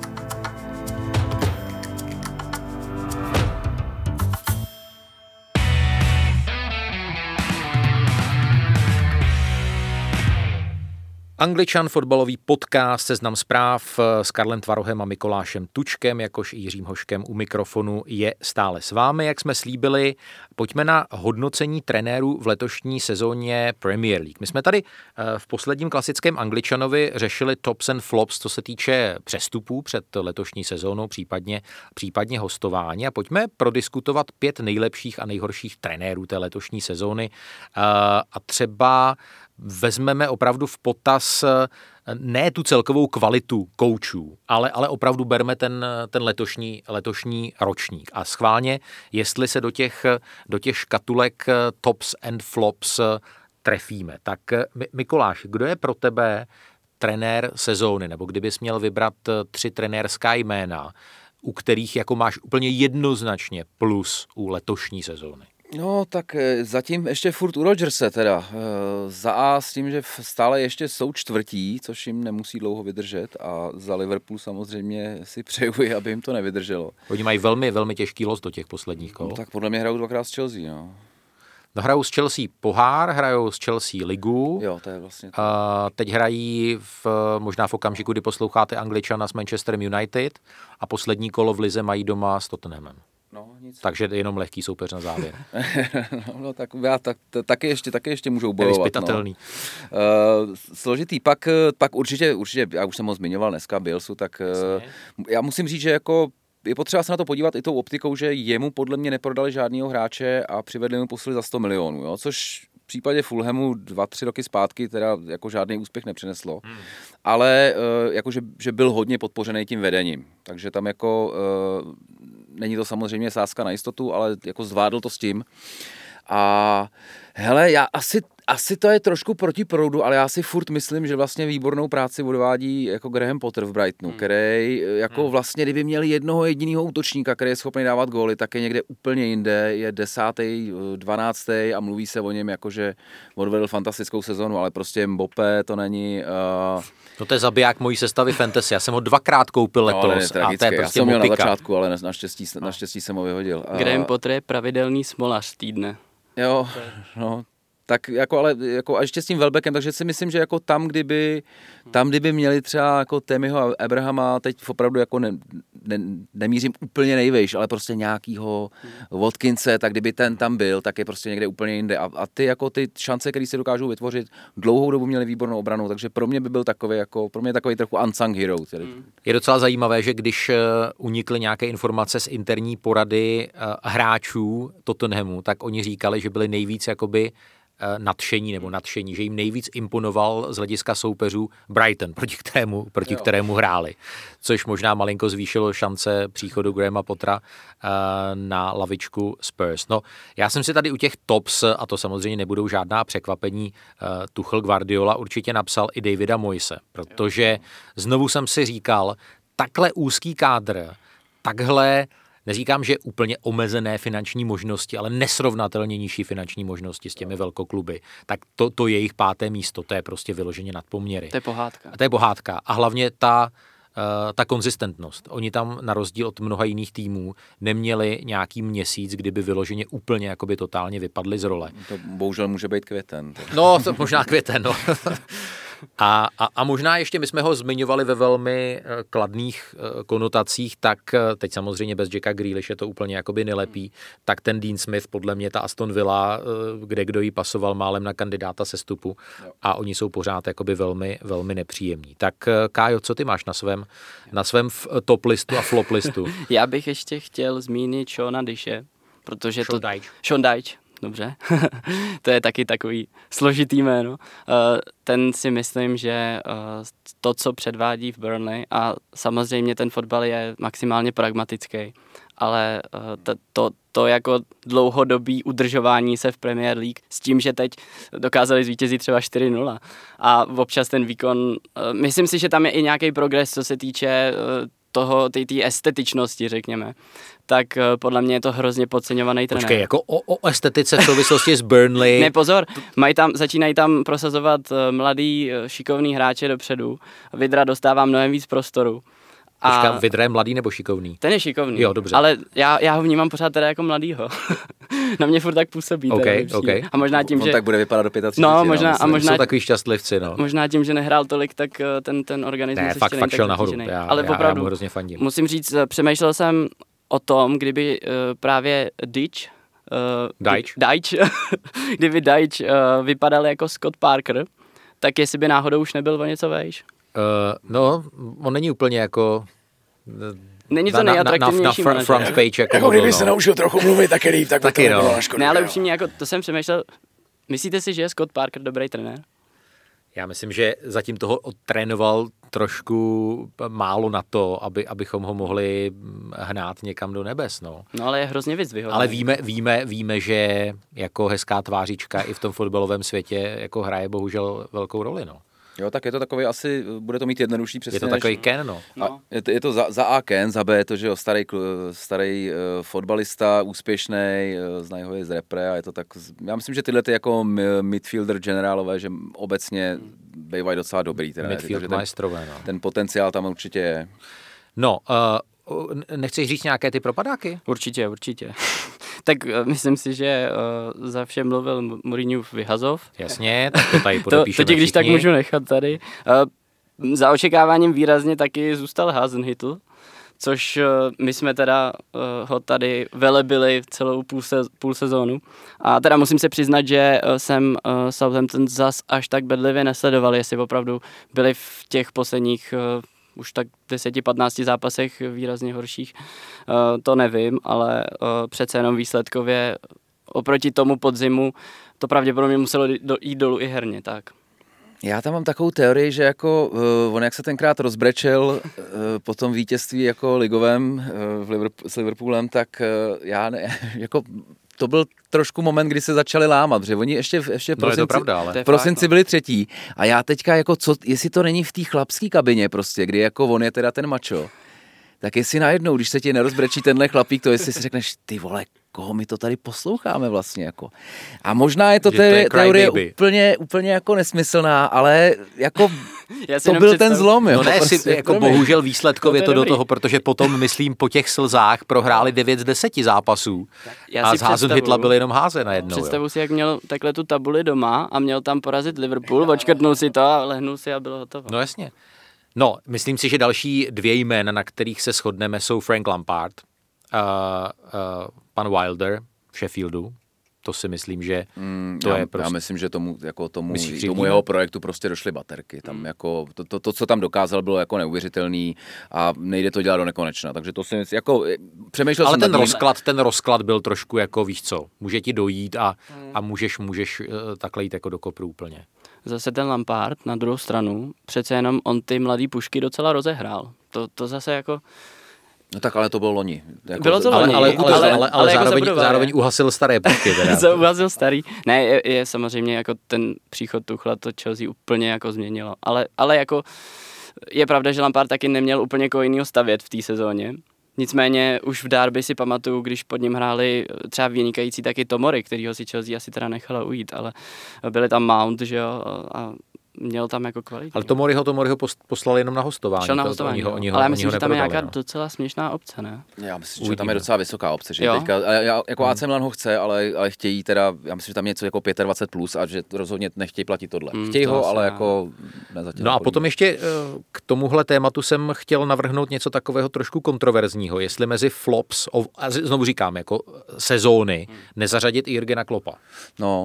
Angličan, fotbalový podcast Seznam zpráv s Karlem Tvarohem a Mikolášem Tučkem, jakož i Jiřím Hoškem u mikrofonu je stále s vámi, jak jsme slíbili. Pojďme na hodnocení trenérů v letošní sezóně Premier League. My jsme tady v posledním klasickém Angličanovi řešili tops and flops, co se týče přestupů před letošní sezónou, případně, případně hostování. A pojďme prodiskutovat pět nejlepších a nejhorších trenérů té letošní sezóny a třeba vezmeme opravdu v potaz ne tu celkovou kvalitu koučů, ale, ale opravdu berme ten, ten letošní, letošní ročník. A schválně, jestli se do těch, do těch škatulek tops and flops trefíme. Tak Mikoláš, kdo je pro tebe trenér sezóny, nebo kdybys měl vybrat tři trenérská jména, u kterých jako máš úplně jednoznačně plus u letošní sezóny? No, tak zatím ještě furt u Rodgerse teda. Za A s tím, že stále ještě jsou čtvrtí, což jim nemusí dlouho vydržet a za Liverpool samozřejmě si přeju, aby jim to nevydrželo. Oni mají velmi, velmi těžký los do těch posledních kol. No, tak podle mě hrajou dvakrát s Chelsea, no. No, hrajou s Chelsea pohár, hrajou s Chelsea ligu. Jo, to je vlastně to. A teď hrají v, možná v okamžiku, kdy posloucháte Angličana s Manchesterem United a poslední kolo v lize mají doma s Tottenhamem. No, nic. Takže jenom lehký soupeř na závěr. no, no, tak, já, tak, taky, ještě, taky ještě můžou bojovat. No. Uh, složitý. Pak, pak určitě, určitě, já už jsem ho zmiňoval dneska, Bielsu, tak uh, já musím říct, že jako je potřeba se na to podívat i tou optikou, že jemu podle mě neprodali žádného hráče a přivedli mu posily za sto milionů, jo? Což v případě Fulhamu dva, tři roky zpátky teda jako žádný úspěch nepřineslo, hmm. ale uh, jako, že, že byl hodně podpořený tím vedením, takže tam jako uh, není to samozřejmě sázka na jistotu, ale jako zvládl to s tím. A hele, já asi, Asi to je trošku proti proudu, ale já si furt myslím, že vlastně výbornou práci odvádí jako Graham Potter v Brightonu, hmm. který jako vlastně, kdyby měli jednoho jediného útočníka, který je schopný dávat góly, tak je někde úplně jinde, je desátý, dvanáctý a mluví se o něm jako, že odvedl fantastickou sezonu, ale prostě Mbappé to není... Uh... No to je zabiják mojí sestavy fantasy, já jsem ho dvakrát koupil letos. No, ne, a to je prostě já jsem měl na začátku, ale naštěstí, naštěstí jsem ho vyhodil. Graham Potter je pravidelný smolař týdne. Jo, no... Tak jako, ale jako a ještě s tím Welbeckem, takže si myslím, že jako tam, kdyby, tam, kdyby měli třeba jako Tammyho a Abrahama, teď opravdu jako ne, ne, nemířím úplně nejvejš, ale prostě nějakýho Watkinse, tak kdyby ten tam byl, tak je prostě někde úplně jinde. A, a ty jako ty šance, které si dokážou vytvořit, dlouhou dobu měli výbornou obranu, takže pro mě by byl takový jako, pro mě takový trochu unsung hero. Tedy. Je docela zajímavé, že když unikly nějaké informace z interní porady hráčů Tottenhamu, tak oni říkali, že byli nejvíc jakoby nadšení nebo nadšení, že jim nejvíc imponoval z hlediska soupeřů Brighton, proti kterému, proti kterému hráli. Což možná malinko zvýšilo šance příchodu Grahama Pottera na lavičku Spurs. No, já jsem si tady u těch tops, a to samozřejmě nebudou žádná překvapení, Tuchel, Guardiola určitě napsal i Davida Moyese, protože znovu jsem si říkal, takhle úzký kádr, takhle neříkám, že úplně omezené finanční možnosti, ale nesrovnatelně nižší finanční možnosti s těmi velkokluby, tak to, to je jejich páté místo, to je prostě vyloženě nad poměry. To je pohádka. A to je pohádka. A hlavně ta, uh, ta konzistentnost. Oni tam na rozdíl od mnoha jiných týmů neměli nějaký měsíc, kdyby vyloženě úplně jakoby totálně vypadli z role. To bohužel může být květen. No, to možná květen, no. A, a, a možná ještě, my jsme ho zmiňovali ve velmi kladných konotacích, tak teď samozřejmě bez Jacka Grealishe to úplně jakoby nelepí, tak ten Dean Smith, podle mě ta Aston Villa, kde kdo jí pasoval málem na kandidáta sestupu a oni jsou pořád jakoby velmi, velmi nepříjemní. Tak Kájo, co ty máš na svém, na svém top listu a flop listu? Já bych ještě chtěl zmínit Seana Dyche, protože Sean to... Dyche. Sean Dyche. Dobře, to je taky takový složitý jméno. Ten si myslím, že to, co předvádí v Burnley, a samozřejmě ten fotbal je maximálně pragmatický, ale to, to, to jako dlouhodobý udržování se v Premier League s tím, že teď dokázali zvítězit třeba čtyři nula a občas ten výkon, myslím si, že tam je i nějaký progres, co se týče toho, té estetičnosti, řekněme, tak podle mě je to hrozně podceňovaný trenér. Počkej, jako o, o estetice v souvislosti s Burnley. Ne, pozor, mají tam, začínají tam prosazovat mladý, šikovný hráče dopředu. Vidra dostává mnohem víc prostoru. A počkej, Vidra je mladý nebo šikovný? Ten je šikovný, jo, dobře. Ale já, já ho vnímám pořád teda jako mladýho. Na mě furt tak působí. Okay, okay. A možná tím, on že... tak bude vypadat do třicet pět. No, možná, a možná... Jsou takový šťastlivci, no. Možná tím, že nehrál tolik, tak ten, ten organismus ne, fakt, fakt šel nahoru. Já, ale já, opravdu, já mu hrozně fandím. Musím říct, přemýšlel jsem o tom, kdyby uh, právě Dyche uh, Dyche? Dyche, kdyby Dyche uh, vypadal jako Scott Parker, tak jestli by náhodou už nebyl o něco vejš. Uh, no, on není úplně jako... Není to nejatraktivnější na, na, na front page. Jako, jako kdyby no. se naučil trochu mluvit, taky líp, tak taky to no. Ne, ale upřímně, jako to jsem přemýšlel, myslíte si, že je Scott Parker dobrý trenér? Já myslím, že zatím toho odtrénoval trošku málo na to, aby, abychom ho mohli hnát někam do nebes, no. No ale je hrozně vyzdvihovný. Ale víme, víme, víme, že jako hezká tvářička i v tom fotbalovém světě jako hraje bohužel velkou roli, no. Jo, tak je to takový asi, bude to mít jednodušší přesně. Je to takový než... Ken, no. no. Je to, je to za, za A Ken, za B to, že jo, starý, starý uh, fotbalista, úspěšný, uh, znají ho je z repre a je to tak, já myslím, že tyhle ty jako midfielder generálové, že obecně bývají docela dobrý. Teda, midfield majstrové, no. Ten potenciál tam určitě je. No, uh, nechceš říct nějaké ty propadáky? Určitě, určitě. Tak uh, myslím si, že uh, za vše mluvil Mourinhův vyhazov. Jasně, tak to tady podepíšeme to, to ti, když všichni. Tak můžu nechat tady. Uh, za očekáváním výrazně taky zůstal Hasenhüttl, což uh, my jsme teda uh, ho tady velebili celou půl, se, půl sezónu. A teda musím se přiznat, že uh, jsem uh, Southampton zas až tak bedlivě nesledoval, jestli opravdu byli v těch posledních uh, už tak deset patnáct zápasech výrazně horších, uh, to nevím, ale uh, přece jenom výsledkově oproti tomu podzimu to pravděpodobně muselo jít dolů i herně, tak. Já tam mám takovou teorii, že jako uh, on jak se tenkrát rozbrečel uh, po tom vítězství jako ligovém uh, v Liverpool, s Liverpoolem, tak uh, já ne, jako to byl trošku moment, kdy se začali lámat, že oni ještě, ještě v prosinci, no pravda, ale... prosinci byli třetí a já teďka jako co, jestli to není v té chlapské kabině prostě, kdy jako on je teda ten mačo, tak jestli najednou, když se ti nerozbrečí tenhle chlapík, to jestli si řekneš, ty vole, koho my to tady posloucháme vlastně jako. A možná je to, te, to je teorie úplně, úplně jako nesmyslná, ale jako to byl ten zlom. Jo, no ne, prostě, si, jako bohužel výsledkově to, to do toho, protože potom, myslím, po těch slzách prohráli devět z deseti zápasů a z házet Hitla byl jenom háze najednou. Představu jo. si, jak měl takhle tu tabuli doma a měl tam porazit Liverpool, odškrtnul si to a lehnul si a bylo hotovo. No jasně. No, myslím si, že další dvě jména, na kterých se shodneme, jsou Frank Lampard, uh, uh, pan Wilder v Sheffieldu. To si myslím, že mm, to já, je prostě... Já myslím, že tomu, jako tomu, tomu jeho projektu prostě došly baterky. Tam mm. jako, to, to, to, co tam dokázal, bylo jako neuvěřitelný a nejde to dělat do nekonečna. Takže to si myslím, jako přemýšlel Ale jsem ten nad rozklad, ten rozklad byl trošku jako, víš co, může ti dojít a, mm. a můžeš, můžeš uh, takhle jít jako do kopru úplně. Zase ten Lampard na druhou stranu, přece jenom on ty mladý pušky docela rozehrál. To, to zase jako... No tak ale to bylo loni. Jako bylo to loni, ale, ale, ale, ale, ale, ale jako zároveň, zároveň uhasil staré pušky. Teda. uhasil starý. Ne, je, je samozřejmě jako ten příchod Tuchla to Chelsea úplně jako změnilo. Ale, ale jako je pravda, že Lampard taky neměl úplně koho jinýho stavět v té sezóně. Nicméně už v Derby si pamatuju, když pod ním hráli třeba vynikající taky Tomori, kterýho si Chelsea asi teda nechala ujít, ale byli tam Mount, že jo, a měl tam jako kvalitní. Ale Tomoriho, Tomoriho poslali jenom na hostování. Šel na hostování, to, oni ho, oni ho, ale já myslím, že tam je nějaká no. docela směšná obce, ne? Já myslím, že tam je docela vysoká obce, že jo? teďka, já, jako A C Milan ho chce, ale, ale chtějí teda, já myslím, že tam je něco jako dvacet pět plus a že rozhodně nechtějí platit tohle. Hmm, chtějí to ho, ale ne. jako nezatím. No a potom ještě k tomuhle tématu jsem chtěl navrhnout něco takového trošku kontroverzního, jestli mezi flops, a znovu říkám, jako sezóny, nezařadit i Jurgena Kloppa. No,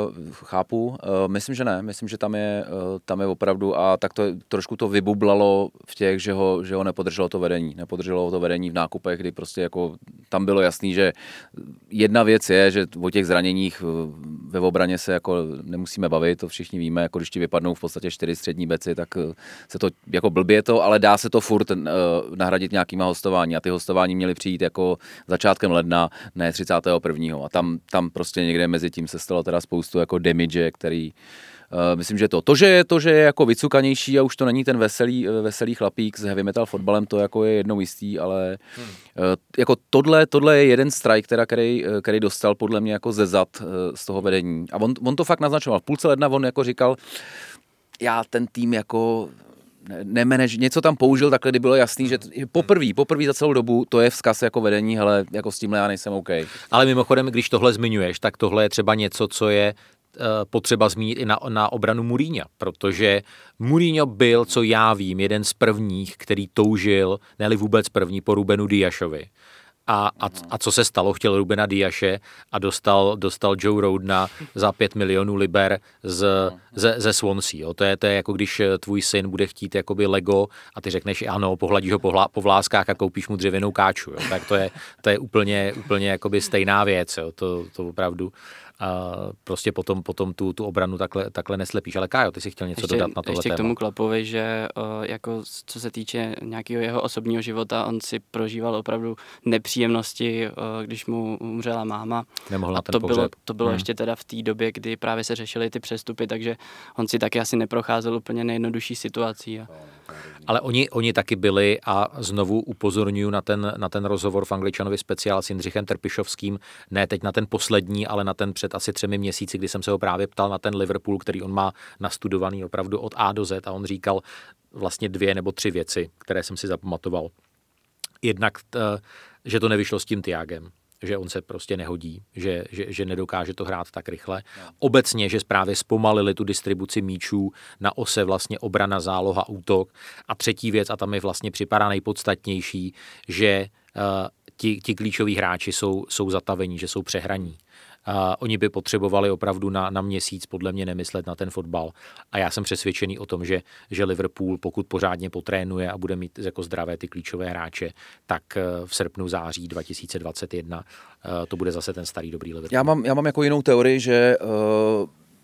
chápu, myslím, že ne, myslím, že tam je, tam je opravdu a tak to trošku to vybublalo v těch, že ho, že ho nepodrželo to vedení. Nepodrželo to vedení v nákupech, kdy prostě jako tam bylo jasný, že jedna věc je, že o těch zraněních ve obraně se jako nemusíme bavit, to všichni víme, jako když ti vypadnou v podstatě čtyři střední beci, tak se to jako blbě to, ale dá se to furt uh, nahradit nějakýma hostování a ty hostování měly přijít jako začátkem ledna, ne třicátého prvního a tam, tam prostě někde mezi tím se stalo teda spoustu jako damage, který Uh, myslím, že to. To, že je, to, že je jako vycukanější a už to není ten veselý, veselý chlapík s heavy metal fotbalem, to jako je jednou jistý, ale hmm. uh, jako tohle, tohle je jeden strike, teda, který, který dostal podle mě jako ze zad uh, z toho vedení. A on, on to fakt naznačoval. V půlce ledna on jako říkal, já ten tým jako nemenež, něco tam použil, takhle kdy bylo jasný, že poprvé, poprvé za celou dobu to je vzkaz jako vedení, hele, jako s tímhle já nejsem OK. Ale mimochodem, když tohle zmiňuješ, tak tohle je třeba něco, co je potřeba zmínit i na, na obranu Mourinha, protože Mourinho byl, co já vím, jeden z prvních, který toužil, ne-li vůbec první, po Rubenu Diashovi. A, a, a co se stalo? Chtěl Rubena Diashe a dostal, dostal Joe Rodna za pět milionů liber z, ze, ze Swansea. Jo. To, je, to je jako když tvůj syn bude chtít jakoby Lego a ty řekneš ano, pohladíš ho po, hla, po vláskách a koupíš mu dřevěnou káču. Jo. Tak to je, to je úplně, úplně jakoby stejná věc. Jo. To, to opravdu a prostě potom, potom tu, tu obranu takhle, takhle neslepíš. Ale Kájo, ty si chtěl něco ještě, dodat na tohle ještě téma. Ještě k tomu Kloppovi, že o, jako co se týče nějakého jeho osobního života, on si prožíval opravdu nepříjemnosti, o, když mu umřela máma. Nemohl a na ten to pohřeb. bylo, to bylo hmm. ještě teda v té době, kdy právě se řešily ty přestupy, takže on si taky asi neprocházel úplně nejjednodušší situací. A... Ale oni, oni taky byli a znovu upozorňuji na ten, na ten rozhovor v Angličanovi speciál s Jindřichem Trpišovským, ne teď na ten poslední, ale na ten před asi třemi měsíci, kdy jsem se ho právě ptal na ten Liverpool, který on má nastudovaný opravdu od A do Z a on říkal vlastně dvě nebo tři věci, které jsem si zapamatoval. Jednak, že to nevyšlo s tím Thiagem, že on se prostě nehodí, že, že, že nedokáže to hrát tak rychle. Obecně, že právě zpomalili tu distribuci míčů na ose vlastně obrana, záloha, útok. A třetí věc, a tam mi vlastně připadá nejpodstatnější, že uh, ti, ti klíčoví hráči jsou, jsou zatavení, že jsou přehraní. Uh, oni by potřebovali opravdu na, na měsíc podle mě nemyslet na ten fotbal. A já jsem přesvědčený o tom, že, že Liverpool, pokud pořádně potrénuje a bude mít jako zdravé ty klíčové hráče, tak uh, v srpnu, září dva tisíce dvacet jedna uh, to bude zase ten starý dobrý Liverpool. Já mám, já mám jako jinou teorii, že uh,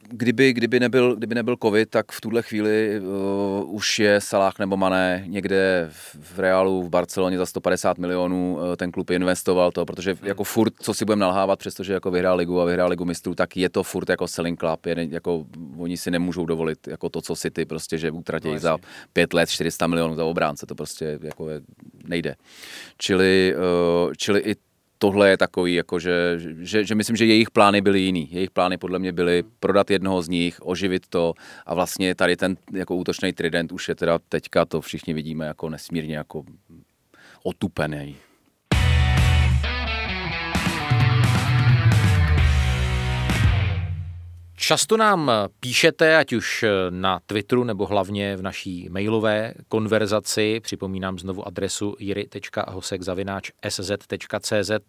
kdyby, kdyby, nebyl, kdyby nebyl covid, tak v tuhle chvíli uh, už je Salah nebo Mané někde v Realu, v Barceloně za sto padesát milionů, uh, ten klub investoval to, protože jako furt, co si budeme nalhávat, přestože jako vyhrál ligu a vyhrál ligu mistrů, tak je to furt jako selling club, je, jako, oni si nemůžou dovolit jako to, co City, prostě, že utratí no, za pět let čtyři sta milionů za obránce, to prostě jako je, nejde. Čili, uh, čili i tohle je takový, jako že, že, že myslím, že jejich plány byly jiný. Jejich plány podle mě byly prodat jednoho z nich, oživit to a vlastně tady ten jako útočný trident už je teda teďka, to všichni vidíme jako nesmírně jako otupený. Často nám píšete, ať už na Twitteru nebo hlavně v naší mailové konverzaci, připomínám znovu adresu jiry tečka hosek zavináč es zet tečka cé zet,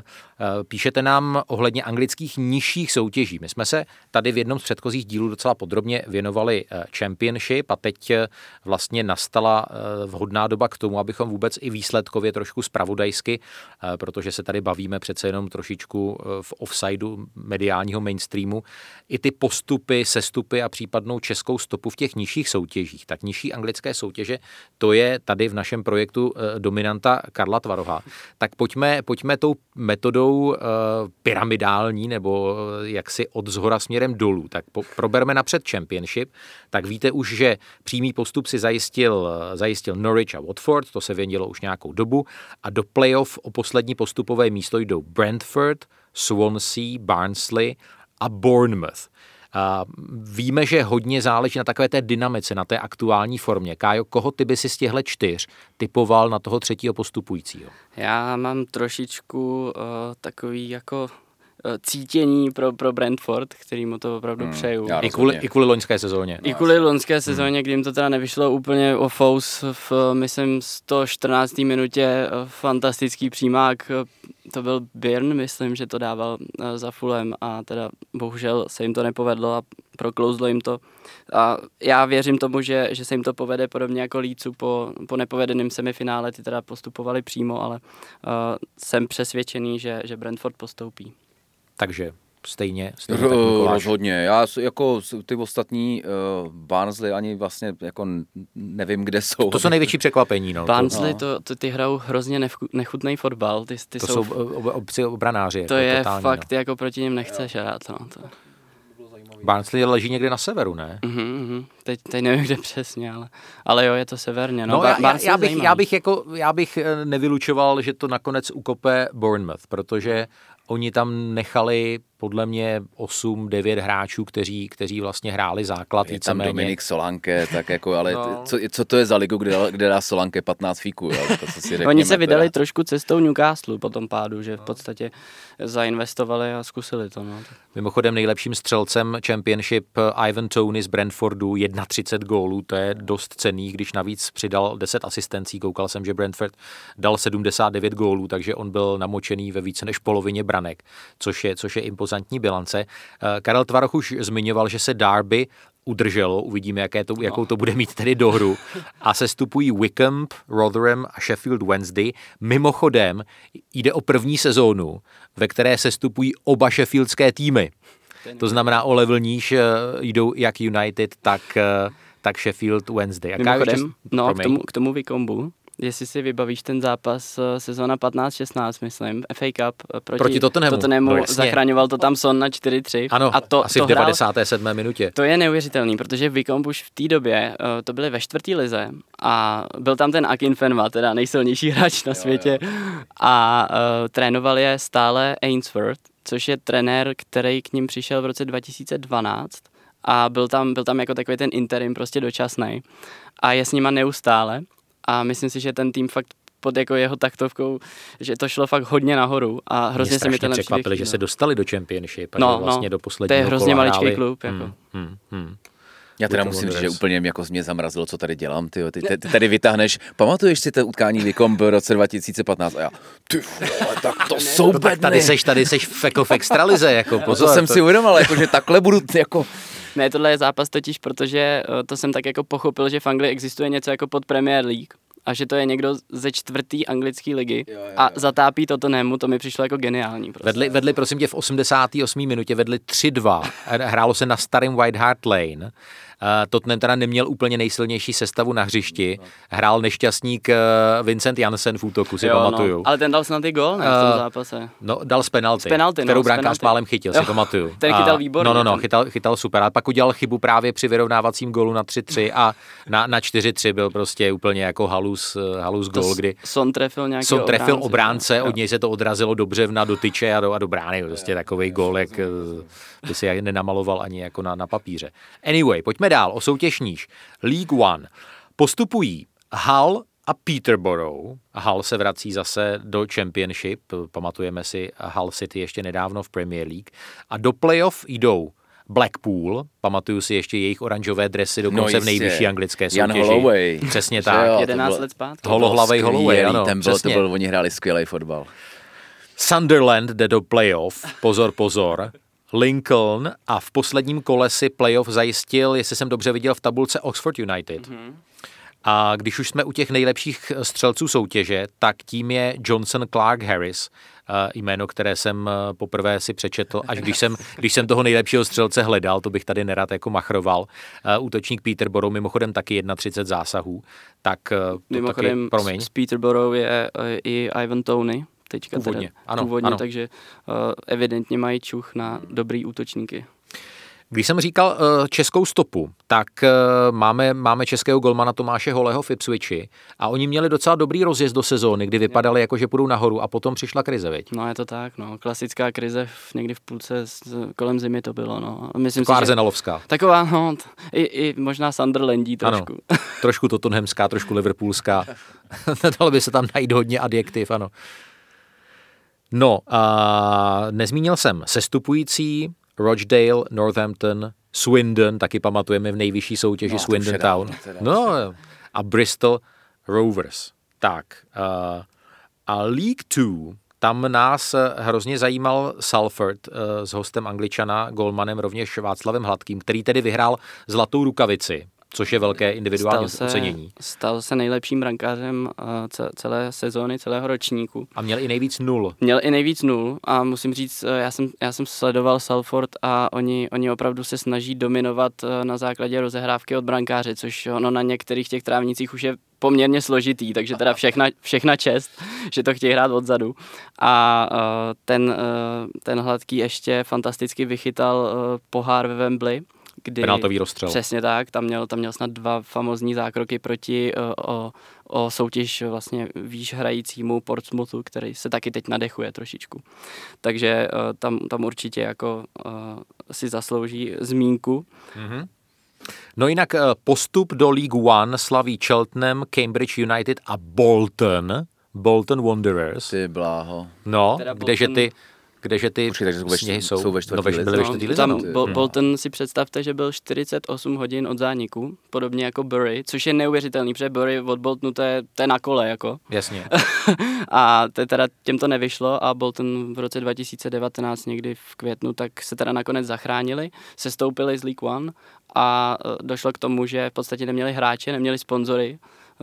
píšete nám ohledně anglických nižších soutěží. My jsme se tady v jednom z předchozích dílů docela podrobně věnovali Championship a teď vlastně nastala vhodná doba k tomu, abychom vůbec i výsledkově trošku zpravodajsky, protože se tady bavíme přece jenom trošičku v offsideu mediálního mainstreamu, i ty postupy, sestupy a případnou českou stopu v těch nižších soutěžích. Tak nižší anglické soutěže, to je tady v našem projektu dominanta Karla Tvaroha. Tak pojďme, pojďme tou metodou uh, pyramidální nebo jaksi od zhora směrem dolů. Tak po, proberme napřed Championship. Tak víte už, že přímý postup si zajistil, zajistil Norwich a Watford, to se vědělo už nějakou dobu, a do playoff o poslední postupové místo jdou Brentford, Swansea, Barnsley a Bournemouth. Uh, víme, že hodně záleží na takové té dynamice, na té aktuální formě. Kájo, koho ty by si z těchto čtyř typoval na toho třetího postupujícího? Já mám trošičku uh, takový jako cítění pro, pro Brentford, který mu to opravdu hmm, přeju. I kvůli, I kvůli loňské sezóně. I kvůli loňské sezóně, hmm. kdy jim to teda nevyšlo úplně o fous v, myslím, sto čtrnácté minutě, fantastický přímák. To byl Byrne, myslím, že to dával za Fulham a teda bohužel se jim to nepovedlo a proklouzlo jim to. A já věřím tomu, že, že se jim to povede podobně jako Leedsu po, po nepovedeném semifinále, ty teda postupovali přímo, ale uh, jsem přesvědčený, že, že Brentford postoupí. Takže stejně, stejně R- tak rozhodně. Já jako ty ostatní uh, Barnsley ani vlastně jako nevím, kde jsou. To jsou největší překvapení. No. Barnsley, to, no. to, ty hrajou hrozně nef- nechutný fotbal. Ty, ty to jsou, jsou ob, ob, obranáři. To jako je totální, fakt, no. jako proti ním nechceš hrát. No, to. Barnsley leží někde na severu, ne? Mm-hmm, teď, teď nevím, kde přesně, ale, ale jo, je to severně. No, no Bar- já, já, bych, já, bych jako, já bych nevylučoval, že to nakonec ukope Bournemouth, protože oni tam nechali podle mě osm devět hráčů, kteří, kteří vlastně hráli základ. Je tam Dominik Solanke, tak jako, ale no. co, co to je za ligu, kde, kde dá Solanke patnáct fíků? Jo? To si řekněme, oni se vydali teda. trošku cestou Newcastle po tom pádu, že v podstatě zainvestovali a zkusili to. No. Mimochodem nejlepším střelcem Championship Ivan Toney z Brentfordu, třicet jedna gólů, to je dost cenný, když navíc přidal deset asistencí. Koukal jsem, že Brentford dal sedmdesát devět gólů, takže on byl namočený ve více než polovině branek, což je, což je impozantní bilance. Karel Tvaroch už zmiňoval, že se Derby udrželo, uvidíme, jaké to, jakou to bude mít tedy dohru. A sestupují Wycombe, Rotherham a Sheffield Wednesday. Mimochodem jde o první sezónu, ve které sestupují oba sheffieldské týmy. To znamená o level níž jdou jak United, tak, tak Sheffield Wednesday. A mimochodem, no, k tomu, k tomu Wycombu, jestli si vybavíš ten zápas sezóna patnáct šestnáct, myslím, F A Cup proti, proti Tottenhamu, Tottenhamu no, zachraňoval to tam Son na čtyři tři. Ano, a to, asi to v devadesáté sedmé minutě. To je neuvěřitelný, protože Wycombe už v té době, to byli ve čtvrtý lize a byl tam ten Akinfenwa, teda nejsilnější hráč na světě, jo, jo. a uh, trénoval je stále Ainsworth, což je trenér, který k ním přišel v roce dva tisíce dvanáct a byl tam, byl tam jako takový ten interim prostě dočasnej a je s nima neustále. A myslím si, že ten tým fakt pod jako jeho taktovkou, že to šlo fakt hodně nahoru a hrozně se mi ten překvapili, že se dostali do Championship, no, vlastně no, do posledního kola. To je hrozně maličký hráli. Klub. Jako. Hmm, hmm, hmm. Já teda musím říct, že úplně jako mě zamrazilo, co tady dělám. Ty, ty, ty tady vytáhneš, pamatuješ si to utkání Wycombe v roce dva tisíce patnáct a já, ty vole, tak to jsou no, tak tady seš, tady seš v, jako v extralize, jako pozor. To jsem to... si uvědomil, jako, že takhle budu jako... Ne, tohle je zápas totiž, protože to jsem tak jako pochopil, že v Anglii existuje něco jako pod Premier League a že to je někdo ze čtvrtý anglické ligy jo, jo, jo. a zatápí Tottenhamu, to mi přišlo jako geniální. Prostě. Vedli, vedli, prosím tě, v osmdesáté osmé minutě vedli tři dva. Hrálo se na starém White Hart Lane. Uh, Tottenham teda neměl úplně nejsilnější sestavu na hřišti. Hrál nešťastník uh, Vincent Janssen v útoku, si jo, pamatuju. No, ale ten dal snad i gól, ne, v tom zápase. No, dal z penalty, z penalty kterou no, bráňkář málem chytil, jo, si pamatuju. Ten chytal výborně. No, no, no, chytal, chytal super. A pak udělal chybu právě při vyrovnávacím gólu na tři tři a na, na čtyři tři byl prostě úplně jako halus, halus gól, kdy Son trefil nějaký Son trefil obránce, obránce, od něj se to odrazilo dobře na dotyče a do, a do brány. Prostě takovej gól, jak by si je nenamaloval ani jako na, na papíře. Anyway, pojďme dál o soutěž níž. League One. Postupují Hull a Peterborough. Hull se vrací zase do Championship. Pamatujeme si Hull City ještě nedávno v Premier League. A do playoff jdou Blackpool, pamatuju si ještě jejich oranžové dresy dokonce no v nejvyšší anglické soutěži. Jan Holloway. Přesně tak. Jo, jedenáct bylo, let zpátky. Holohlavej Holloway, ano. Ten byl, to byl, oni hráli skvělý fotbal. Sunderland jde do playoff, pozor, pozor. Lincoln a v posledním kole si playoff zajistil, jestli jsem dobře viděl v tabulce, Oxford United. Mm-hmm. A když už jsme u těch nejlepších střelců soutěže, tak tím je Johnson Clark Harris, jméno, které jsem poprvé si přečetl, až když jsem, když jsem toho nejlepšího střelce hledal, to bych tady nerad jako machroval. Útočník Peterborough, mimochodem taky třicet jedna zásahů, tak to mimochodem taky, promiň. Z Peterborough je i Ivan Toney, teďka původně, teda, ano, původně ano. takže uh, evidentně mají čuch na dobrý útočníky. Když jsem říkal uh, českou stopu, tak uh, máme, máme českého golmana Tomáše Holého v Ipswichi a oni měli docela dobrý rozjezd do sezóny, kdy vypadali jako, že půjdou nahoru a potom přišla krize, viď? No je to tak, no. Klasická krize v, někdy v půlce z, kolem zimy to bylo, no. Myslím taková si, arsenalovská. Taková, no, t- i, i možná Sunderlandí trošku. Ano, trošku tottenhamská, trošku liverpoolská. Dalo by se tam najít hodně adjektiv, ano. No, a nezmínil jsem sestupující, Rochdale, Northampton, Swindon, taky pamatujeme v nejvyšší soutěži no, Swindon Town. No, a Bristol Rovers. Tak, uh, a League Two, tam nás hrozně zajímal Salford uh, s hostem Angličana, golmanem rovněž Václavem Hladkým, který tedy vyhrál zlatou rukavici, což je velké individuální stal se, ocenění. Stal se nejlepším brankářem uh, celé sezóny, celého ročníku. A měl i nejvíc nul. Měl i nejvíc nul a musím říct, uh, já jsem, já jsem sledoval Salford a oni, oni opravdu se snaží dominovat uh, na základě rozehrávky od brankáře, což ono na některých těch trávnicích už je poměrně složitý, takže teda všechna, všechna čest, že to chtějí hrát odzadu. A uh, ten, uh, ten Hladký ještě fantasticky vychytal uh, pohár ve Wembley, kdy penaltový rozstřel. Přesně tak, tam měl, tam měl snad dva famózní zákroky proti uh, o, o soutěž vlastně výš hrajícímu Portsmouthu, který se taky teď nadechuje trošičku. Takže uh, tam, tam určitě jako uh, si zaslouží zmínku. Mm-hmm. No jinak uh, postup do League One slaví Cheltenham, Cambridge United a Bolton. Bolton Wanderers. Ty bláho. No, Teda kdeže Bolton... ty... Kdeže ty Počkej, takže jsou sněhy ve, jsou, jsou ve čtvrtý no, ve, byly ve čtvrtý lize. Tam Bol- Bolton si představte, že byl čtyřicet osm hodin od zániku, podobně jako Bury, což je neuvěřitelný, protože Bury od Boltonu to je, to je na kole, jako. Jasně. A to teda těm to nevyšlo a Bolton v roce dva tisíce devatenáct někdy v květnu, tak se teda nakonec zachránili, sestoupili z League One a došlo k tomu, že v podstatě neměli hráče, neměli sponzory.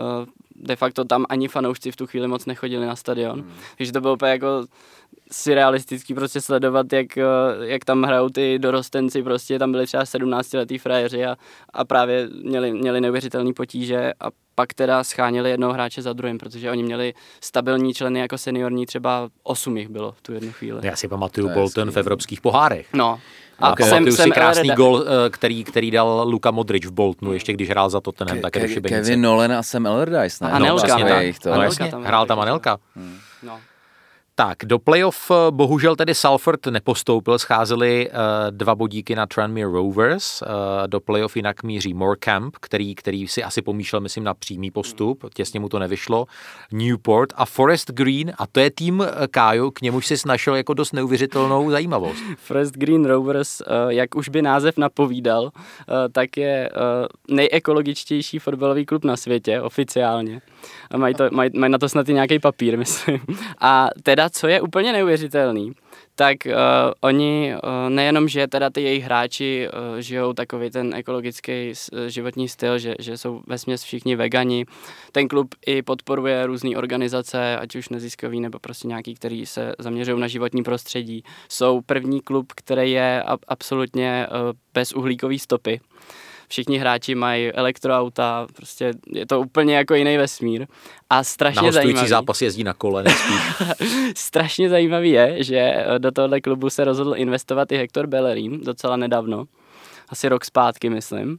De facto tam ani fanoušci v tu chvíli moc nechodili na stadion. Hmm. Takže to bylo úplně jako surrealistický prostě sledovat, jak, jak tam hrajou ty dorostenci, prostě tam byli třeba sedmnáctiletí frajeři a, a právě měli, měli neuvěřitelný potíže a pak teda scháněli jednoho hráče za druhým, protože oni měli stabilní členy jako seniorní, třeba osm jich bylo v tu jednu chvíli. Já si pamatuju Bolton v evropských pohárech. No. A okay. Pamatuju si krásný gol, který, který dal Luka Modric v Boltonu, ještě když hrál za Tottenham, Ke, také do šibenice. Kevin Nolan a Sam Allardyce, ne? A Anelka. No, vlastně tak. No, jasně, hrál tam Anelka. Hmm. No. Tak, do playoff bohužel tedy Salford nepostoupil, scházeli uh, dva bodíky na Tranmere Rovers, uh, do playoff jinak míří Morecambe, který, který si asi pomýšlel, myslím, na přímý postup, těsně mu to nevyšlo, Newport a Forest Green, a to je tým Kájo, k němuž si našel jako dost neuvěřitelnou zajímavost. Forest Green Rovers, uh, jak už by název napovídal, uh, tak je uh, nejekologičtější fotbalový klub na světě, oficiálně. A mají, to, mají, mají na to snad i nějaký papír, myslím. A teda, co je úplně neuvěřitelný, tak uh, oni uh, nejenom, že teda ty jejich hráči uh, žijou takový ten ekologický uh, životní styl, že, že jsou vesměs všichni vegani. Ten klub i podporuje různé organizace, ať už neziskový nebo prostě nějaký, který se zaměřují na životní prostředí. Jsou první klub, který je ab- absolutně uh, bez uhlíkové stopy. Všichni hráči mají elektroauta, prostě je to úplně jako jiný vesmír. A strašně na zajímavý. zápas jezdí na kole, nespíš. Strašně zajímavý je, že do tohohle klubu se rozhodl investovat i Hector Bellerin docela nedávno. Asi rok zpátky, myslím.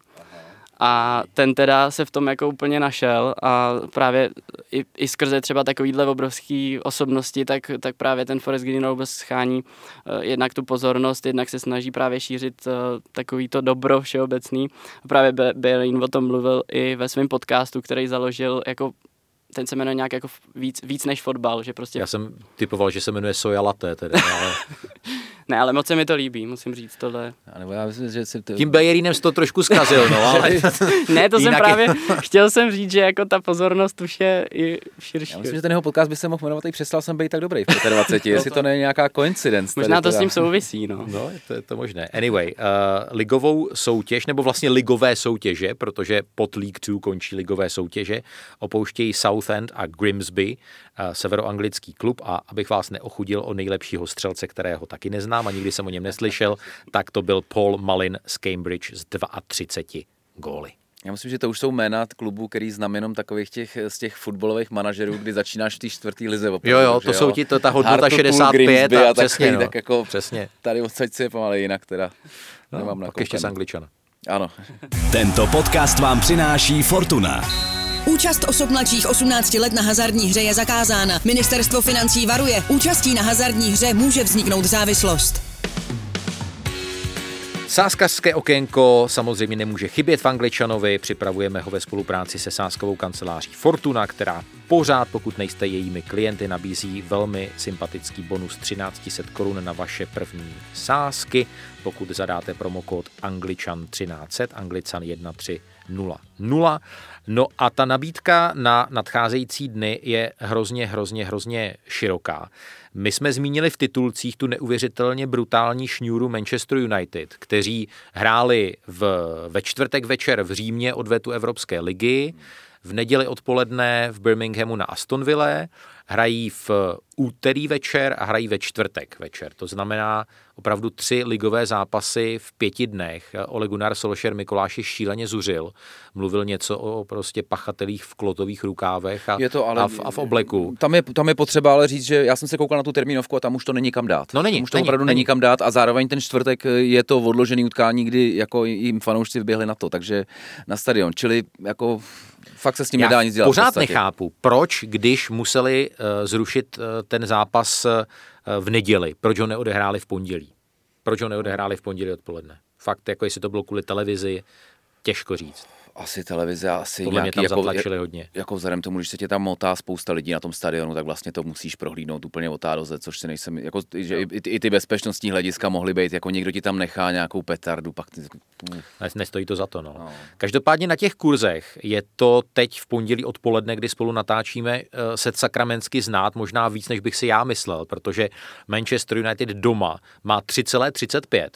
A ten teda se v tom jako úplně našel a právě i, i skrze třeba takovýhle obrovský osobnosti, tak, tak právě ten Forest Green Rovers schání uh, jednak tu pozornost, jednak se snaží právě šířit uh, takový to dobro všeobecný. A právě Be- Bellerin o tom mluvil i ve svém podcastu, který založil jako ten se jmenuje nějak jako víc, víc než fotbal, že prostě... Já jsem typoval, že se jmenuje Soja Latte teda, ale... Ne, ale moc se mi to líbí, musím říct tohle. Nebo já myslím, že si to... Tím Bellerinem jsi to trošku zkazil, no, ale... Ne, to jsem právě... Chtěl jsem říct, že jako ta pozornost už je i širší. Já myslím, že ten jeho podcast by se mohl jmenovat i Přestal jsem být tak dobrý v dvaceti pěti, jestli to není nějaká coincidence. Možná to teda. s tím souvisí, no. No, je to, je to možné. Anyway, uh, ligovou soutěž, nebo vlastně ligové soutěže, protože pod League dva končí ligové soutěže, opouštějí Southend a Grimsby, uh, severoanglický klub, a abych vás neochudil o nejlepšího střelce, kterého taky neznám a nikdy jsem o něm neslyšel, tak to byl Paul Mullin z Cambridge s třiceti dvěma góly. Já myslím, že to už jsou jména klubů, který znám jenom takových těch, z těch fotbalových manažerů, kdy začínáš v té čtvrtý lize. Opravdu, jo, jo, to jo? Jsou ti to ta hodnota šedesát pět a, a přesně, takový, no. Tak jako přesně. Tady odsaď si je pomalej jinak teda. No, nemám pak ještě z Angličana. Ano. Tento podcast vám přináší Fortuna. Účast osob mladších osmnácti let na hazardní hře je zakázána. Ministerstvo financí varuje. Účastí na hazardní hře může vzniknout závislost. Sázkařské okénko samozřejmě nemůže chybět v Angličanovi, připravujeme ho ve spolupráci se sázkovou kanceláří Fortuna, která pořád, pokud nejste jejími klienty, nabízí velmi sympatický bonus třináct set korun na vaše první sázky, pokud zadáte promokód Angličan třináct set, Anglican jedna tři nula nula. No a ta nabídka na nadcházející dny je hrozně, hrozně, hrozně široká. My jsme zmínili v titulcích tu neuvěřitelně brutální šňůru Manchester United, kteří hráli v, ve čtvrtek večer v Římě odvetu Evropské ligy, v neděli odpoledne v Birminghamu na Aston Ville, hrají v úterý večer a hrají ve čtvrtek večer. To znamená opravdu tři ligové zápasy v pěti dnech. Ole Gunnar Solskjaer Mikuláši šíleně zuřil. Mluvil něco o prostě pachatelích v klotových rukávech a, je to ale, a, v, a v obleku. Tam je, tam je potřeba ale říct, že já jsem se koukal na tu termínovku a tam už to není kam dát. No není, tam už to není, opravdu není. není kam dát a zároveň ten čtvrtek je to odložený utkání, kdy jako jim fanoušci vběhli na to, takže na stadion. Čili jako fakt se s tím Já nedá nic dělat. pořád nechápu, proč, když museli uh, zrušit uh, ten zápas uh, v neděli, proč ho neodehráli v pondělí. Proč ho neodehráli v pondělí odpoledne. Fakt, jako jestli to bylo kvůli televizi, těžko říct. Asi televize, asi Podle nějaký, mě tam jako, zatlačili hodně. Jako vzhledem tomu, když se tě tam motá spousta lidí na tom stadionu, tak vlastně to musíš prohlídnout úplně od A do Z, což si nejsem, jako, že i, i ty bezpečnostní hlediska mohly být, jako někdo ti tam nechá nějakou petardu, pak ty... Nestojí to za to, no. no. Každopádně na těch kurzech je to teď v pondělí odpoledne, kdy spolu natáčíme, se sakramensky znát, možná víc, než bych si já myslel, protože Manchester United doma má tři celá třicet pět.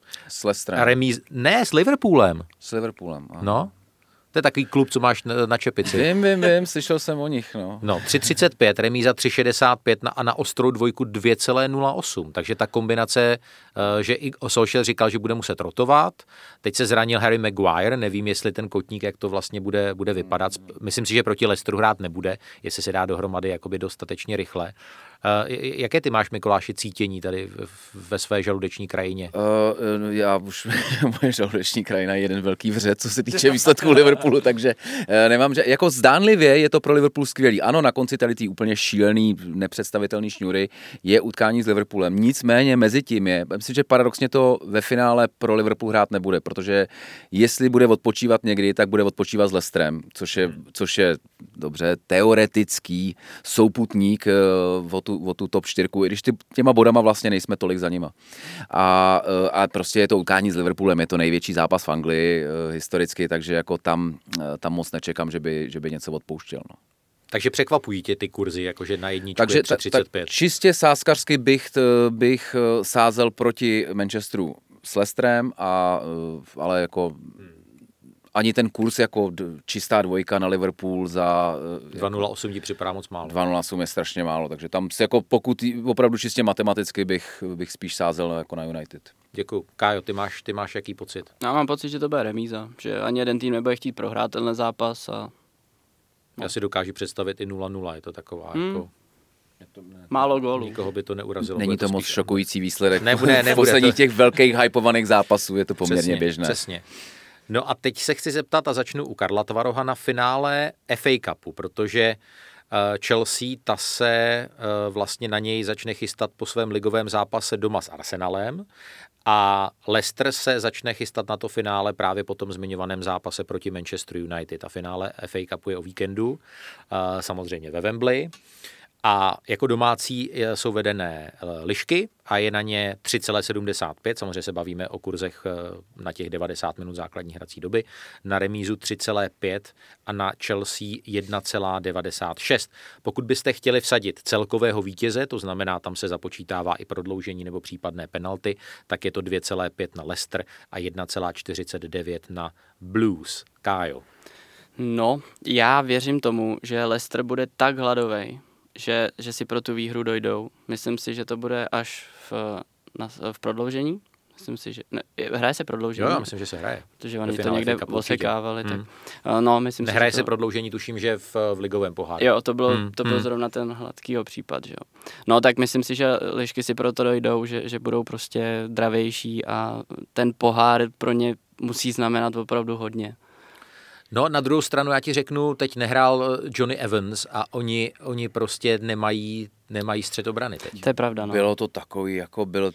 S Leicesterem. Remíz... Ne, s Liverpoolem. S Liverpoolem, aha. No. To je takový klub, co máš na, na čepici. Vím, vím, vím, slyšel jsem o nich, no. No, tři třicet pět, remíza tři šedesát pět na, a na ostrou dvojku dvě celá nula osm. Takže ta kombinace, že i Solskjaer říkal, že bude muset rotovat. Teď se zranil Harry Maguire, nevím, jestli ten kotník, jak to vlastně bude, bude vypadat. Myslím si, že proti Leicesteru hrát nebude, jestli se dá dohromady jakoby dostatečně rychle. Uh, jaké ty máš, Mikuláši, cítění tady ve své žaludeční krajině? Uh, já už, moje žaludeční krajina je jeden velký vřet, co se týče výsledků Liverpoolu, takže uh, nemám, že jako zdánlivě je to pro Liverpool skvělý. Ano, na konci tady tý úplně šílený, nepředstavitelný šňůry je utkání s Liverpoolem. Nicméně mezi tím je, myslím, že paradoxně to ve finále pro Liverpool hrát nebude, protože jestli bude odpočívat někdy, tak bude odpočívat s Leicesterem, což je, což je dobře teoretický souputník uh, o tu, o tu top čtyřku, i když ty, těma bodama vlastně nejsme tolik za nima. A, a prostě je to utkání s Liverpoolem, je to největší zápas v Anglii uh, historicky, takže jako tam, uh, tam moc nečekám, že by, že by něco odpouštěl. No. Takže překvapují tě ty kurzy, jakože na jedničku Takže je tři třicet pět. Tak čistě sázkařsky bych, bych sázel proti Manchesteru s Leicesterem, a, ale jako ani ten kurz jako čistá dvojka na Liverpool za... dva nula osm ti připadá moc málo. dva nula osm je strašně málo, takže tam jako pokud opravdu čistě matematicky bych, bych spíš sázel jako na United. Děkuju. Kájo, ty máš, ty máš jaký pocit? Já mám pocit, že to bude remíza, že ani jeden tým nebude chtít prohrát tenhle zápas a... No. Já si dokážu představit i nula nula, je to taková hmm. jako... To ne, málo gólů. Nikoho by to neurazilo. Není to, to moc spíš šokující výsledek. Nebude, nebude. V posledních těch velkých hypovaných zápasů je to poměrně přesně, běžné. Přesně. No a teď se chci zeptat a začnu u Karla Tvaroha na finále F A Cupu, protože Chelsea ta se vlastně na něj začne chystat po svém ligovém zápase doma s Arsenalem a Leicester se začne chystat na to finále právě po tom zmiňovaném zápase proti Manchester United. A finále F A Cupu je o víkendu, samozřejmě ve Wembley. A jako domácí jsou vedené lišky a je na ně tři celá sedmdesát pět, samozřejmě se bavíme o kurzech na těch devadesát minut základní hrací doby, na remízu tři celá pět a na Chelsea jedna celá devadesát šest. Pokud byste chtěli vsadit celkového vítěze, to znamená, tam se započítává i prodloužení nebo případné penalty, tak je to dvě celá pět na Leicester a jedna celá čtyřicet devět na Blues. Kájo. No, já věřím tomu, že Leicester bude tak hladovej, Že, že si pro tu výhru dojdou. Myslím si, že to bude až v, na, v prodloužení. Myslím si, že... Ne, hraje se prodloužení? Jo, já myslím, že se hraje. Protože oni to někde osekávali. Hmm. Tak, no, myslím Nehraje si, se to... prodloužení, tuším, že v, v ligovém poháru. Jo, to, bylo, hmm. to byl hmm. zrovna ten hladkýho případ. Že jo. No, tak myslím si, že lišky si proto dojdou, že, že budou prostě dravější a ten pohár pro ně musí znamenat opravdu hodně. No, na druhou stranu já ti řeknu, teď nehrál Johnny Evans a oni, oni prostě nemají, nemají střed obrany teď. To je pravda, no. Bylo to takový, jako byl...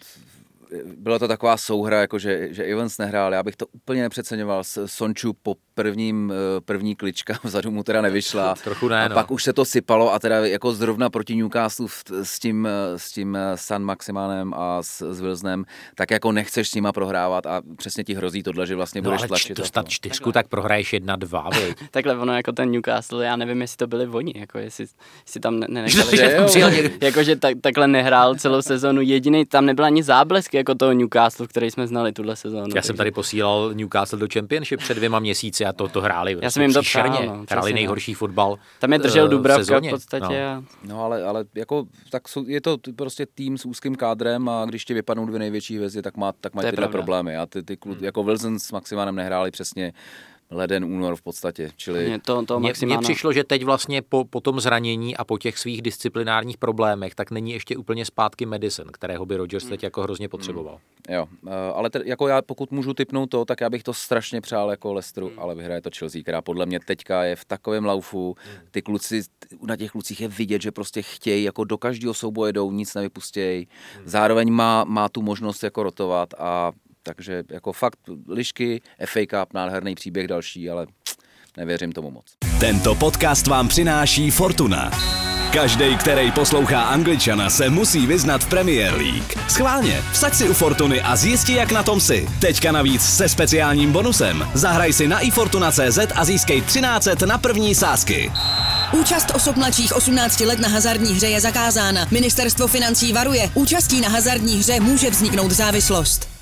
Byla to taková souhra, jako že, že Evans nehrál, já bych to úplně nepřeceňoval. Sonču po prvním, první klička vzadu mu teda nevyšla. Trochu ne, a no. pak už se to sypalo a teda jako zrovna proti Newcastle s tím, s tím San Maximánem a s, s Wilsonem, tak jako nechceš s nima prohrávat a přesně ti hrozí tohle, že vlastně no, budeš ale tlačit. dostat čtyřku, tak prohraješ jedna dva. Takhle ono jako ten Newcastle, já nevím, jestli to byli oni, jako jestli, jestli tam ne, nenechali. Jakože tak, takhle nehrál celou sezonu jediný, tam nebyla ani záblesky jako toho Newcastle, který jsme znali tuhle sezónu. Já takže... jsem tady posílal Newcastle do Championship před dvěma měsíci a to, to hráli. Já jsem jim to přál, no, hráli nejhorší no. fotbal. Tam je držel uh, Dubravka v podstatě. No, a... no ale, ale jako, tak jsou, je to prostě tým s úzkým kádrem a když ti vypadnou dvě největší hvězdy, tak, má, tak mají tyhle pravda. problémy. A ty, ty klu, hmm. jako Wilson s Maximánem nehráli přesně leden, únor v podstatě. Čili... Mně to, to Mně, mně přišlo, že teď vlastně po, po tom zranění a po těch svých disciplinárních problémech, tak není ještě úplně zpátky Madison, kterého by Rodgers teď jako hrozně potřeboval. Mm. Jo, ale te, jako já pokud můžu tipnout to, tak já bych to strašně přál jako Leicesteru, mm. ale vyhraje to Chelsea, která podle mě teďka je v takovém laufu. Ty kluci, na těch klucích je vidět, že prostě chtějí, jako do každého souboje jdou, nic nevypustějí. Mm. Zároveň má, má tu možnost jako rotovat a takže jako fakt lišky, F A Cup, nádherný příběh další, ale nevěřím tomu moc. Tento podcast vám přináší Fortuna. Každej, který poslouchá Angličana, se musí vyznat v Premier League. Schválně, vsaď si u Fortuny a zjisti, jak na tom si. Teďka navíc se speciálním bonusem. Zahraj si na i fortuna tečka cé zet a získej třináct set na první sázky. Účast osob mladších osmnácti let na hazardní hře je zakázána. Ministerstvo financí varuje. Účastí na hazardní hře může vzniknout závislost.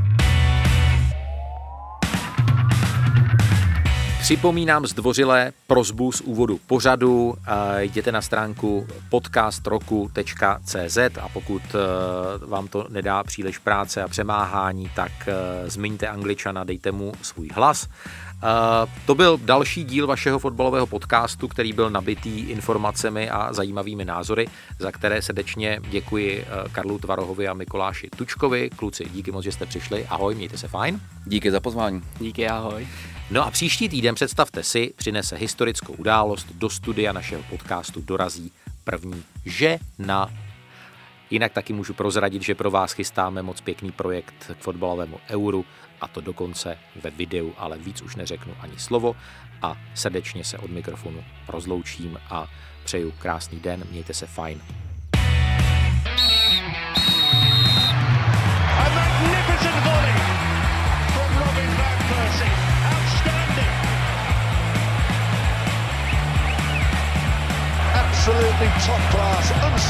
Připomínám zdvořilé prosbu z úvodu pořadu. Jděte na stránku podcast roku tečka cé zet a pokud vám to nedá příliš práce a přemáhání, tak zmiňte Angličana, dejte mu svůj hlas. To byl další díl vašeho fotbalového podcastu, který byl nabitý informacemi a zajímavými názory, za které srdečně děkuji Karlu Tvarohovi a Mikuláši Tučkovi. Kluci, díky moc, že jste přišli. Ahoj, mějte se fajn. Díky za pozvání. Díky, ahoj. No a příští týden, představte si, přinese historickou událost, do studia našeho podcastu dorazí první žena. Jinak taky můžu prozradit, že pro vás chystáme moc pěkný projekt k fotbalovému euru, a to dokonce ve videu, ale víc už neřeknu ani slovo a srdečně se od mikrofonu rozloučím a přeju krásný den, mějte se fajn. Absolutely top class,